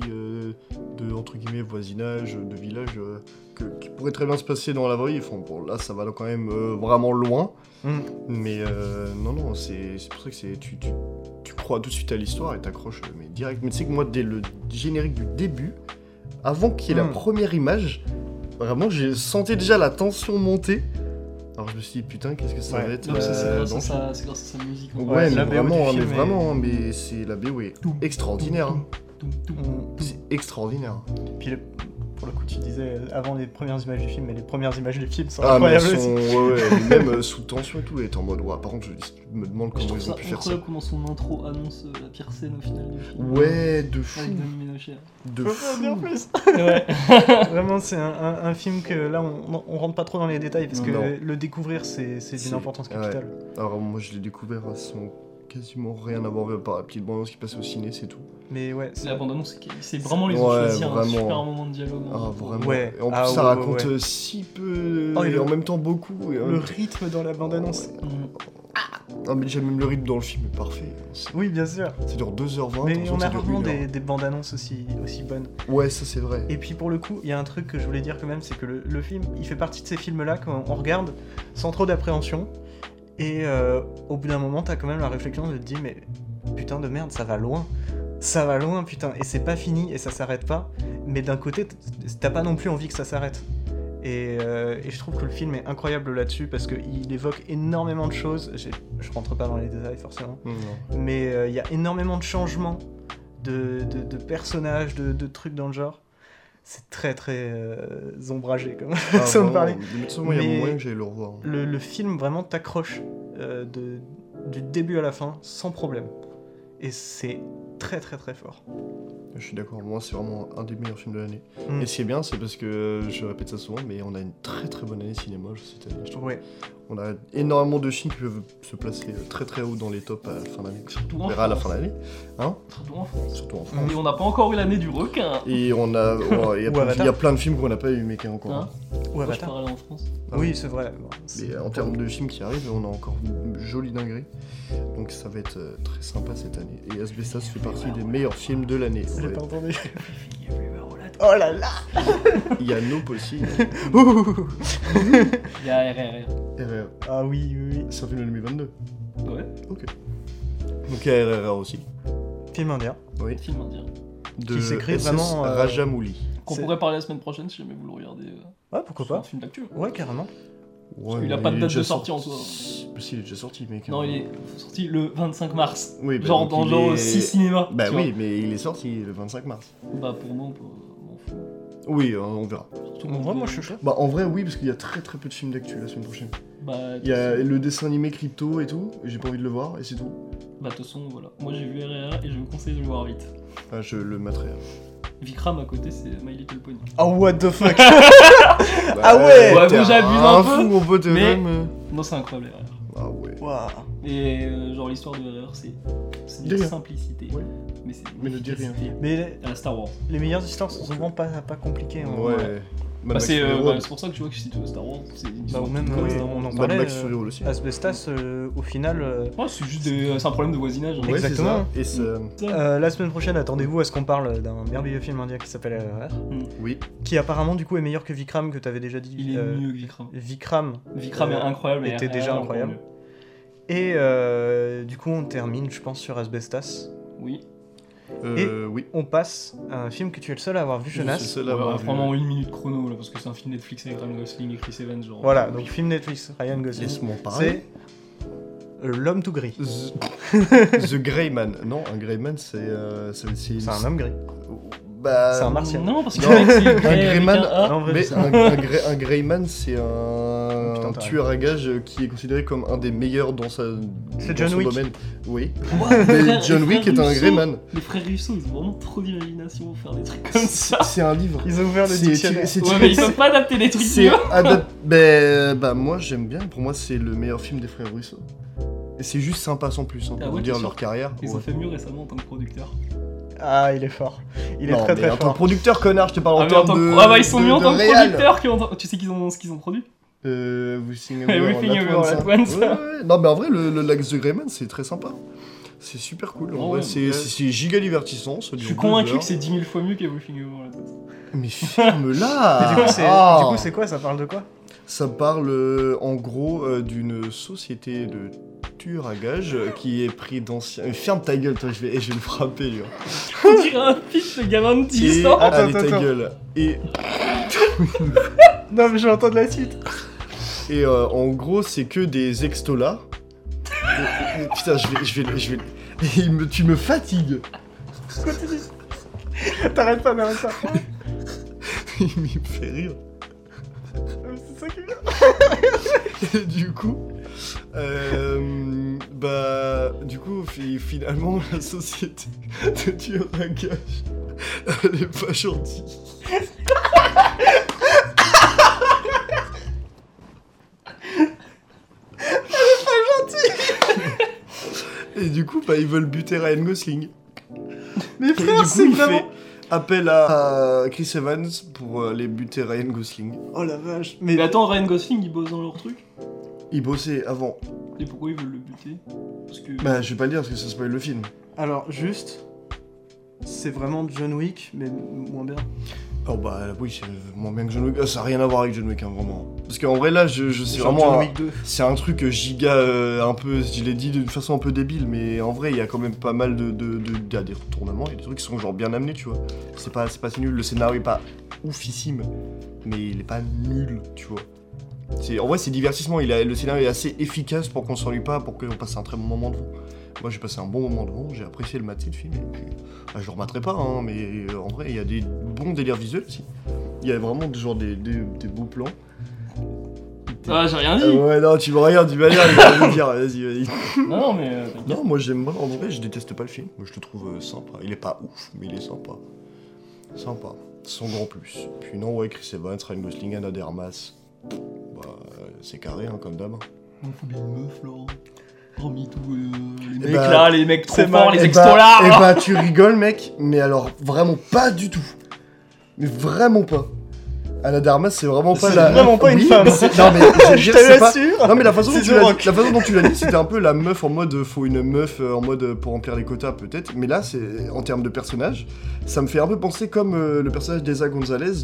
de entre guillemets voisinage, de village, qui pourrait très bien se passer dans la vraie vie. Enfin, bon, là, ça va quand même vraiment loin. Mais non, c'est pour ça que tu crois tout de suite à l'histoire et t'accroches, mais direct. Mais tu sais que moi, dès le générique du début, avant qu'il y ait la première image, vraiment, j'ai senti déjà la tension monter. Alors je me suis dit, putain, qu'est-ce que ça va être Non, mais ça, c'est grâce dans à le film. c'est grâce à sa musique. Ouais, mais la BO du vraiment, film est- mais c'est la BO est extraordinaire. Hein. C'est extraordinaire. Puis pour le coup, tu disais avant les premières images du film, mais les premières images du film sont Ah, mais elles incroyables sont, aussi. ouais, même sous tension et tout, elle est en mode, ouais, par contre, je me demande Je comment trouve ils ça ont pu faire ça. incroyable comment son intro annonce la pire scène au final du film. Ouais, de fou, Avec Denis Ménochet. de Faut pas en dire fou. plus. Ouais. Vraiment, c'est un film que là, on rentre pas trop dans les détails parce que Non. le découvrir, c'est C'est- d'une importance ouais. capitale. Alors moi, je l'ai découvert sans quasiment rien avoir vu à part la petite bande qui passait au ciné, c'est tout. Mais ouais, La bande-annonce, c'est vraiment les ont Ouais, choisi un vraiment. super moment de dialogue. Ah, hein. vraiment. Ouais. Et en plus, Ah, ça ouais, raconte ouais. si peu Oh, et et le- en même temps beaucoup. Et en le même temps- rythme dans la bande-annonce. Ah, mais j'aime même le rythme dans le film, est parfait. Oui, bien sûr. Ça dure 2h20. Mais attention, on ça a dure rarement 1 heure. des bandes-annonces aussi bonnes. Ouais, ça c'est vrai. Et puis pour le coup, il y a un truc que je voulais dire quand même, c'est que le film, il fait partie de ces films-là qu'on regarde sans trop d'appréhension. Et au bout d'un moment, t'as quand même la réflexion de te dire, mais putain de merde, ça va loin. Ça va loin, putain. Et c'est pas fini, et ça s'arrête pas. Mais d'un côté, t'as pas non plus envie que ça s'arrête. Et je trouve que le film est incroyable là-dessus, parce qu'il évoque énormément de choses. Je rentre pas dans les détails, forcément. Non. Mais il y a énormément de changements de personnages, de trucs dans le genre. C'est très ombragé comme façon de parler. De toute façon, moi, il y Mais- a moyen que j'aille le revoir. Le film vraiment t'accroche du début à la fin sans problème. Et c'est très fort. Je suis d'accord, moi c'est vraiment un des meilleurs films de l'année. Mm. Et ce qui est bien, c'est parce que je répète ça souvent, mais on a une très bonne année cinéma cette année, je trouve. Ouais. On a énormément de films qui peuvent se placer très haut dans les tops à la fin d'année. Surtout On en verra à la France. fin d'année, hein, Surtout en France. surtout en France. Et on n'a pas encore eu l'année du requin. Et on a, il y a Ou plein de- Avatar. il y a plein de films qu'on n'a pas eu, mais qui est encore. Hein Ou Moi, je Avatar. parlais en France. Oui, c'est vrai. Bon, c'est- Mais en termes de films qui arrivent, on a encore une jolie dinguerie. Donc ça va être très sympa cette année. Et Asbestas fait partie des meilleurs films de l'année. J'ai Ouais. pas entendu. Oh Oh là là. Il y a Nope aussi. Ouh. Il y a RRR. RRR. Ah oui. C'est un film de 2022. Ouais, Ok. Donc il y a RRR aussi. Film indien. Oui. film indien. De Qui s'écrit SS vraiment, Rajamouli. Qu'on C'est- pourrait parler la semaine prochaine si jamais vous le regardez. Ouais, pourquoi C'est un pas. film d'actu. Ouais, carrément. Ouais, qu'il a mais pas de il est date de déjà sortie en soi. Si, il est déjà sorti, mec. Non, il est sorti le 25 mars. Oui, bah, Genre donc dans il genre est- 6 cinémas. Bah tu oui, mais il est sorti le 25 mars. vois. Bah pour moi, on m'en fout. Oui, on verra. Surtout En quand vrai, je- moi je suis chaud. Bah en vrai, oui, parce qu'il y a très peu de films d'actu la semaine prochaine. Bah, Il y a le dessin animé Crypto et tout, et j'ai pas envie de le voir, et c'est tout. Bah de toute façon, voilà. Moi j'ai vu RRR et je vous conseille de le voir vite. Ah, je le mettrai. Vikram à côté, c'est My Little Pony. Oh, what the fuck. Ah ouais, ouais, bon, j'abuse un peu, fou, mon pote, mais- même. Non, c'est incroyable RRR. Ah ouais. Waouh. Et genre l'histoire de RRR, c'est Dis une rien. simplicité. Ouais. Mais c'est Mais ne dis rien. Mais À la Star Wars. les meilleures histoires sont souvent pas compliquées. Hein. Ouais. Bah, Mad c'est Max Fury Road. c'est pour ça que tu vois que je cite Star Wars. C'est une Bah, histoire ou même, toute conne. on en Mad parlait, Max Fury Road aussi. Asbestas, au final... Ouais, c'est juste c'est un problème de voisinage. hein. Ouais, c'est exactement. ça. Et ça... la semaine prochaine, attendez-vous à ce qu'on parle d'un merveilleux film indien qui s'appelle RRR, Oui. qui apparemment du coup est meilleur que Vikram, que t'avais déjà dit. Il est mieux que Vikram. Vikram Vikram est incroyable. mais était RRR, déjà encore incroyable. mieux. Et du coup, on termine, je pense, sur Asbestas. Oui. Oui. On passe à un film que tu es le seul à avoir vu, Je Jonas. suis seul à Ouais, avoir ouais, vu. vraiment 1 minute chrono là, parce que c'est un film Netflix avec Ryan Gosling et Chris Evans. Genre, Voilà, donc film Netflix, Ryan Gosling. Laisse-moi parler. C'est L'homme tout gris. The Grey Man. Non, un Grey Man, c'est... C'est un homme gris. Bah... C'est un martien. Non, parce que Non, c'est un Grey avec Greyman, un A. Non, en vrai, Mais c'est un Greyman, c'est un Putain, t'as tueur à gages qui est considéré comme un des meilleurs dans C'est dans John son Wick. domaine. Oui. Ouais, Mais frère- John les Wick frères est un Russo- Greyman. Les frères Russo, ils ont vraiment trop d'imagination pour faire des trucs comme ça. C'est un livre. Ils ont ouvert le C'est dictionnaire. c'est Ouais, tiré- mais ils peuvent pas adapter des trucs c'est mieux. bah moi j'aime bien. Pour moi c'est le meilleur film des frères Russo. Et c'est juste sympa sans plus. Hein, Ah pour ouais, vous dire t'es sûr leur carrière. Ils Ouais. ont fait mieux récemment en tant que producteur. Ah, il est fort. Il est Non, très mais très en tant fort. que producteur, connard, je te parle en Ah, mais en termes tant de. que... Ah bah ils sont de- mieux en de tant que réal. producteurs tu sais ce qu'ils ont produit. Everything Everything Everywhere Everywhere All All at Once. Ouais, ouais. Non, mais en vrai, le Lac The Greyman, c'est très sympa. C'est super cool. En Oh, vrai, ouais, c'est giga divertissant. ça Je dure suis 2 convaincu heures. que c'est 10 000 fois mieux qu'Everything Everywhere All at Once. Mais ferme-la. Mais du coup, Ah. du coup, c'est quoi? Ça parle de quoi? Ça parle en gros d'une société de tueurs à gages qui est pris d'anciens. Ferme ta gueule, toi, je vais le frapper, lui. On dirait un pitch de gamin de 10 Et ans. allez, Attends, ta attends. gueule. Et Non, mais je vais entendre la suite. en gros, c'est que des ex-tolards. Putain, je vais. Tu me fatigues. T'arrêtes pas. Il me fait rire. C'est ça qui est bien. Et du coup, finalement, la société de tueurs à gages, elle est pas gentille. Et du coup, ils veulent buter Ryan Gosling. Mais Et du frère, coup, c'est il vraiment... fait appel à Chris Evans pour aller buter Ryan Gosling. Oh la vache. Mais Mais attends, Ryan Gosling, il bosse dans leur truc. Il bossait avant. Et pourquoi ils veulent le buter? Parce que... Bah, je vais pas le dire parce que ça spoil le film. alors, juste... C'est vraiment John Wick, mais moins bien. Oh bah oui, c'est moins bien que John Wick. Ça n'a rien à voir avec John Wick, hein, vraiment. Parce qu'en vrai, là, c'est Genre vraiment... John un- Wick 2. C'est un truc giga, un peu, je l'ai dit d'une façon un peu débile, mais en vrai, il y a quand même pas mal il y a des retournements, il y a des trucs qui sont genre bien amenés, tu vois. C'est pas si nul, le scénario est pas oufissime, mais il est pas nul, tu vois. En vrai, c'est divertissement, le scénario est assez efficace pour qu'on s'ennuie pas, pour qu'on passe un très bon moment devant. Moi, j'ai passé un bon moment devant, j'ai apprécié le mater, le film, et puis... je le remettrai pas, hein, mais en vrai, il y a des bons délires visuels aussi. Il y a vraiment genre des beaux plans. Ah, j'ai rien dit. Ouais, non, tu me regardes, tu vas dire, il va me dire, vas-y. Non, mais... t'inquiète. Non, moi j'aime bien, en vrai, je déteste pas le film. Moi je le trouve sympa. Il est pas ouf, mais il est sympa. Sympa. Son grand plus. Puis non, ouais, Chris Evans, Ryan Gosling, Anna de Armas. Bah, c'est carré, hein, comme d'hab. On fout des meufs, là. Hormis tout, les Eh mecs bah, là, les mecs trop c'est forts, mal. les Et ex-tolards. bah, tu rigoles, mec, mais alors vraiment pas du tout. Mais vraiment pas. Anna de Armas, c'est vraiment pas C'est la. vraiment pas une Oui, femme. mais non, mais Je je te sais pas. l'assure. Non mais la façon, dont C'est tu The l'as Rock. dit, la façon dont tu l'as dit, c'était un peu la meuf en mode faut une meuf en mode pour remplir les quotas peut-être, mais là c'est en termes de personnage, ça me fait un peu penser comme le personnage d'Esa Gonzalez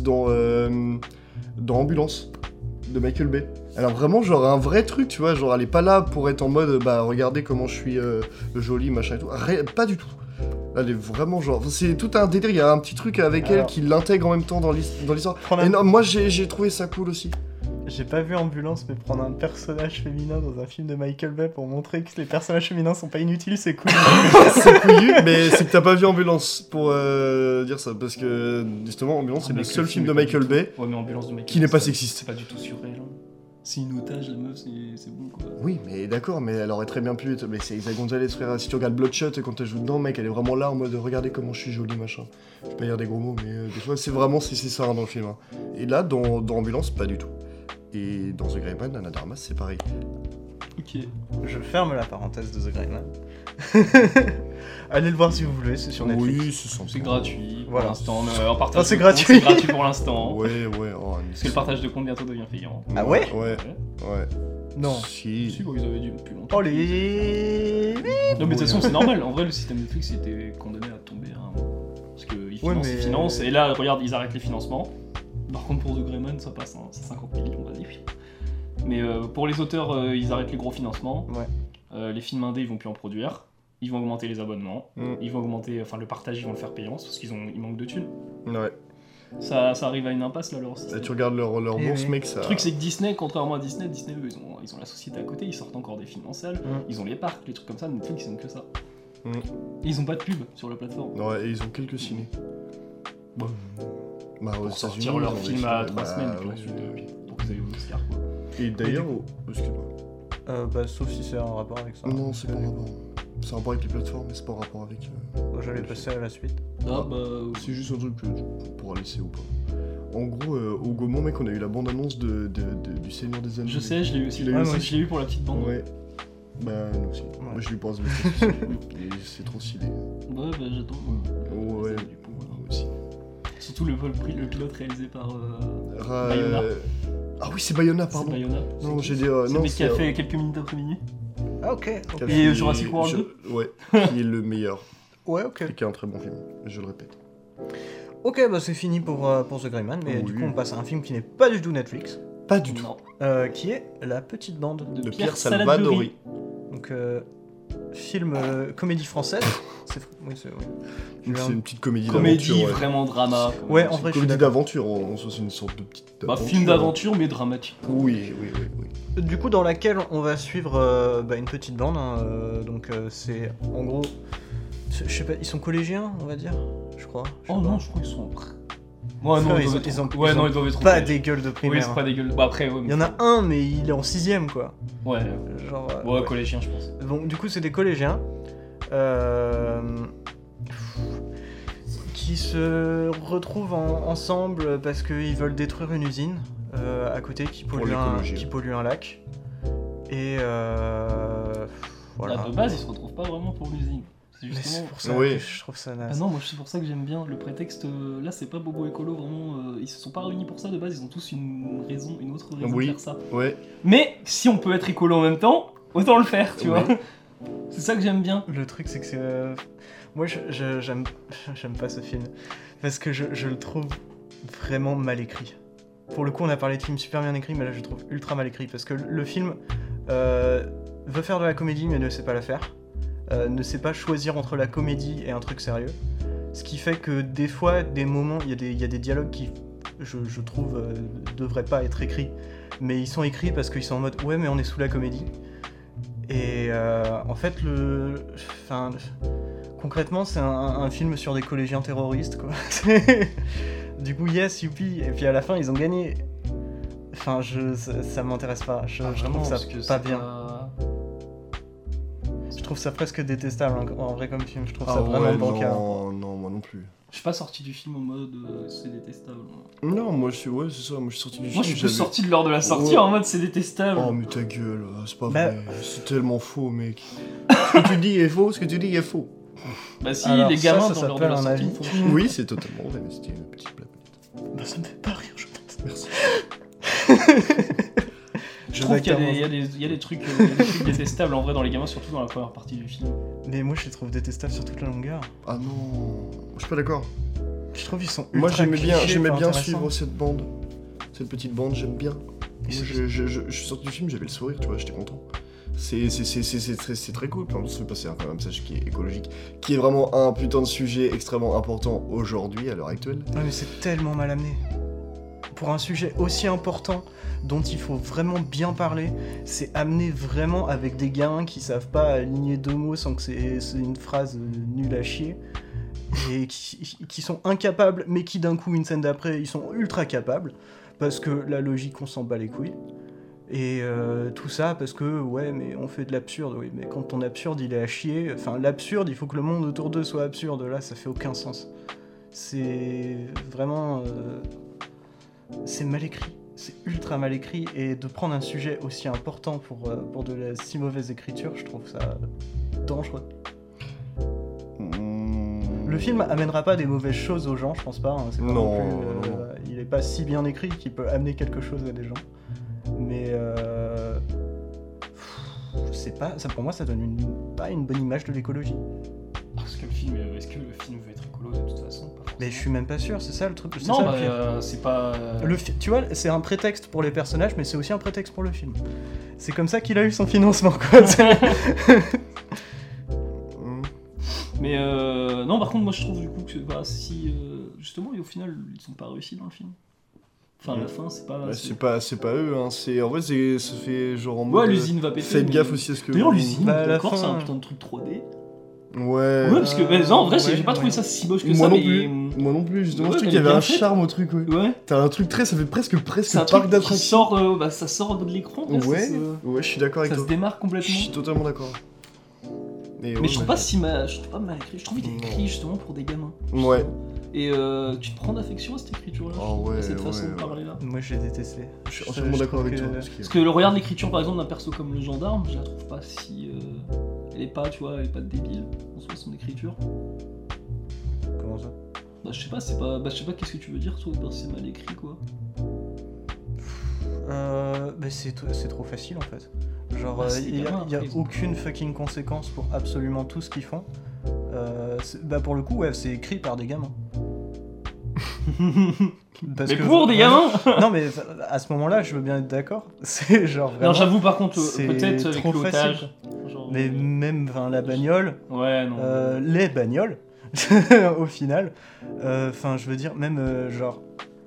dans Ambulance de Michael Bay. Alors vraiment genre un vrai truc, tu vois, genre elle est pas là pour être en mode bah regardez comment je suis jolie machin et tout, pas du tout. Elle est vraiment genre, c'est tout un délire, il y a un petit truc avec elle Alors. qui l'intègre en même temps dans l'histoire. Prendre Et un- non, moi j'ai trouvé ça cool aussi. J'ai pas vu Ambulance, mais prendre un personnage féminin dans un film de Michael Bay pour montrer que les personnages féminins sont pas inutiles, c'est cool. C'est couillu, mais c'est que t'as pas vu Ambulance pour dire ça, parce que justement Ambulance c'est le seul film de Michael Bay Ouais, mais Ambulance de Michael qui n'est pas c'est sexiste. C'est pas du tout surréel. Hein. C'est une otage, la meuf, c'est bon quoi. Oui, mais d'accord, mais elle aurait très bien pu être. Mais c'est Isa Gonzalez, frère. Si tu regardes Bloodshot, quand elle joue dedans, mec, elle est vraiment là en mode regardez comment je suis jolie, machin. Je vais pas dire des gros mots, mais des fois, c'est vraiment c'est ça hein, dans le film. Hein. Et là, dans Ambulance, pas du tout. Et dans The Grey Man, Ana de Armas, c'est pareil. Ok. Je ferme la parenthèse de The Grey Man. Allez le voir si vous voulez, c'est sur Netflix. Oui, c'est sympa. C'est gratuit pour Voilà. l'instant. En partage Ah, c'est de compte, gratuit. c'est gratuit pour l'instant. Ouais, ouais. Oh, Parce que le partage de compte bientôt devient payant. Ah ouais Ouais. Non. Si. Si, bon, ils avaient dit depuis longtemps. Oh les... Non, mais de toute façon, c'est normal. En vrai, le système Netflix était condamné à tomber à un moment. Parce qu'ils financent, mais- ils financent. Et là, regarde, ils arrêtent les financements. Par contre, pour The Grey Man, ça passe. Hein, c'est 50 millions, vas-y. Mais pour les auteurs, ils arrêtent les gros financements. Ouais. Les films indés, ils vont plus en produire. Ils vont augmenter les abonnements. Mm. Ils vont augmenter... Enfin, le partage, ils vont le faire payant. Parce qu'ils manquent de thunes. Ouais. Ça arrive à une impasse, là, leur Là, système. tu regardes leur Eh bourse, oui. mec, ça. Le truc, c'est que Disney, contrairement à Disney, eux, ils ont la société à côté, ils sortent encore des films en salle, ils ont les parcs, les trucs comme ça, Netflix, ils ont que ça. Mm. Et ils ont pas de pub sur la plateforme. Ouais, et ils ont quelques ciné. Bon. Bah, aux Pour États-Unis, sortir leur ils ont film des à films, 3 semaines, puis ouais, ensuite, ouais. pour qu'ils aillent aux Oscars, quoi. Et d'ailleurs, Et excuse-moi. Bah sauf si c'est un rapport avec ça. Non, c'est pas en rapport. C'est en rapport avec les plateformes, mais c'est pas en rapport avec. J'allais passer à la suite. Ah bah... C'est juste un truc que tu pourras laisser ou pas. En gros, au Gaumont, mec, on a eu la bande-annonce du Seigneur des Anneaux. Je sais, je l'ai eu aussi. Tu l'as eu Ouais, aussi moi, je l'ai eu pour la petite bande. Ouais. Bah, nous aussi. Moi, je lui pense, mais c'est trop stylé. Ouais, bah j'attends. Ouais, Du coup, voilà. moi aussi. Surtout le pilote réalisé par Ra- Bayona. Ah oui, c'est Bayona, C'est pardon. Bayona. Non, j'ai dit. C'est le non, mec qui a fait quelques minutes d'après-midi. Ah ok. qui a Et fait- Jurassic World 2. Ouais, qui est le meilleur. Ouais ok. Et qui est un très bon film, je le répète. Ok bah c'est fini pour The Grey Man, mais du Oui. coup on passe à un film qui n'est pas du tout Netflix, Pas du tout. Non. qui est La Petite Bande. De Pierre Pierre Salvadori. Saladori. Donc film comédie française. Oui c'est... Oui. Je viens- C'est une petite comédie Comédie, d'aventure. vraiment drama. quand Ouais, même. en vrai je suis Comédie d'accord. d'aventure, en soi, c'est une sorte de petite. Bah, film d'aventure, mais dramatique. Oui. Du coup, dans laquelle on va suivre une petite bande. Hein, c'est en gros, je sais pas, ils sont collégiens, on va dire, je crois. Je sais Oh pas. non, je crois qu'ils sont. Ouais, non, Frère, ils doivent être. Ouais, ils non, ont ils doivent être. pas au des gueules de Oui, primaire. c'est pas des gueules. Bah, après, ouais. Il y en a un, mais il est en 6ème, quoi. Ouais, Genre. ouais, collégien, je pense. Bon, du coup, c'est des collégiens qui se retrouvent ensemble parce qu'ils veulent détruire une usine à côté qui Pour pollue, l'écologie. qui pollue un lac. Et voilà. Là, de base, ils se retrouvent pas vraiment pour l'usine. C'est Mais justement. c'est pour ça Oui. que je trouve ça Ah naze. non, moi c'est pour ça que j'aime bien le prétexte. Là, c'est pas bobo écolo, vraiment. Ils se sont pas réunis pour ça de base, ils ont tous une autre raison Oui. de faire ça. Ouais. Mais si on peut être écolo en même temps, autant le faire, tu Oui. vois. C'est ça que j'aime bien. Le truc, c'est que c'est. Moi, j'aime pas ce film. Parce que je le trouve vraiment mal écrit. Pour le coup, on a parlé de films super bien écrits, mais là, je le trouve ultra mal écrit. Parce que le film veut faire de la comédie, mais ne sait pas la faire. Ne sait pas choisir entre la comédie et un truc sérieux. Ce qui fait que des fois, des moments, il y a des dialogues qui, je trouve, devraient pas être écrits. Mais ils sont écrits parce qu'ils sont en mode ouais, mais on est sous la comédie. Et en fait, concrètement, c'est un film sur des collégiens terroristes, quoi. Du coup, yes, youpi. Et puis à la fin, ils ont gagné. Enfin, ça m'intéresse pas. Je trouve ça pas bien. Je trouve ça presque détestable en vrai comme film. Je trouve ça vraiment bancal. Non, moi non plus. Je suis pas sorti du film en mode c'est détestable. Non, moi c'est ça, moi je suis sorti du Moi, je film. suis plus j'avais- sorti de l'heure de la sortie Ouais. en mode c'est détestable. Oh, mais ta gueule, c'est pas Bah- vrai. C'est tellement faux, mec. Ce que tu dis est faux, ce que tu dis est faux. Bah, si, Alors, les ça gamins dans l'heure de s'appelle la un sortie avis. me font chier. Oui, c'est totalement vrai, mais c'était une petite blague. Bah, ça me fait pas rire, je pense. Merci. Je trouve qu'il y a des trucs détestables en vrai dans les gamins, surtout dans la première partie du film. Mais moi, je les trouve détestables sur toute la longueur. Ah non, je suis pas d'accord. Je trouve qu'ils sont ultra Moi j'aimais bien clichés, pas intéressants. suivre cette bande. Cette petite bande, j'aime bien. Et Moi, c'est- je suis sorti du film, j'avais le sourire, tu vois, j'étais content. C'est très cool, puis en plus, ça fait passer un message qui est écologique, qui est vraiment un putain de sujet extrêmement important aujourd'hui, à l'heure actuelle. Ouais, mais c'est tellement mal amené. Pour un sujet aussi important dont il faut vraiment bien parler, c'est amené vraiment avec des gamins qui savent pas aligner deux mots sans que c'est une phrase nulle à chier. Et qui sont incapables, mais qui d'un coup, une scène d'après, ils sont ultra capables. Parce que la logique, on s'en bat les couilles. Et tout ça parce que, ouais, mais on fait de l'absurde, oui, mais quand ton absurde il est à chier, enfin l'absurde, il faut que le monde autour d'eux soit absurde, là ça fait aucun sens. C'est vraiment... c'est mal écrit, c'est ultra mal écrit, et de prendre un sujet aussi important pour de la si mauvaise écriture, je trouve ça dangereux. Le film amènera pas des mauvaises choses aux gens, je pense pas, hein, c'est pas Non, plus, non. il est pas si bien écrit qu'il peut amener quelque chose à des gens. Mais c'est pas, ça, pour moi ça donne pas une bonne image de l'écologie. Est-ce que le film veut être écolo de toute façon? Pas forcément. Mais je suis même pas sûr, c'est ça le truc. C'est Non, ça, bah, le pire. c'est pas. Tu vois, c'est un prétexte pour les personnages, mais c'est aussi un prétexte pour le film. C'est comme ça qu'il a eu son financement, quoi. Mais non, par contre, moi je trouve du coup que bah, si justement, et au final, ils ont pas réussi dans le film. Enfin, à la fin, c'est pas. Ouais, c'est pas eux, hein. En vrai, ça fait genre en mode. Ouais, l'usine va péter. Faites gaffe aussi à ce que. D'ailleurs, l'usine, Bah, à la d'accord, fin, c'est un putain de truc 3D. Ouais. Ouais, parce que non, en vrai, ouais, j'ai pas trouvé ça si moche que Moi ça, non mais. plus. Moi non plus, justement, Ouais, je trouve elle qu'il y est avait bien un faite. charme au truc, ouais. Ouais. T'as un truc ça fait presque C'est un parc truc qui d'attraction. sort, ça sort de l'écran. presque, Ouais, ça ouais, je suis d'accord avec ça toi. se démarre Je complètement. suis totalement d'accord. Mais je trouve pas si mal, je trouve pas mal écrit. Je trouve qu'il est écrit justement pour des gamins. Ouais. Et tu te prends d'affection à cette écriture-là, je Ah trouve, ouais, à cette façon ouais, de ouais. parler là. Moi j'ai détesté. Je suis entièrement d'accord trouve avec toi. que- Parce que regarde l'écriture par exemple d'un perso comme le gendarme, je la trouve pas si. Elle est pas, tu vois, elle est pas débile en soi son écriture. Comment ça? Bah je sais pas, c'est pas. Bah je sais pas qu'est-ce que tu veux dire toi, c'est mal écrit quoi. Bah c'est trop facile en fait. Genre, Bah, c'est il y gamin, a après, ils ont- aucune fucking conséquence pour absolument tout ce qu'ils font. Bah pour le coup, ouais, c'est écrit par des gamins. Parce Mais que- pour des gamins. Non mais à ce moment-là, je veux bien être d'accord. C'est genre vraiment... Non, j'avoue par contre, c'est peut-être avec trop l'otage. Genre, Mais même la bagnole, Ouais, non. les bagnoles, au final, enfin je veux dire, même genre...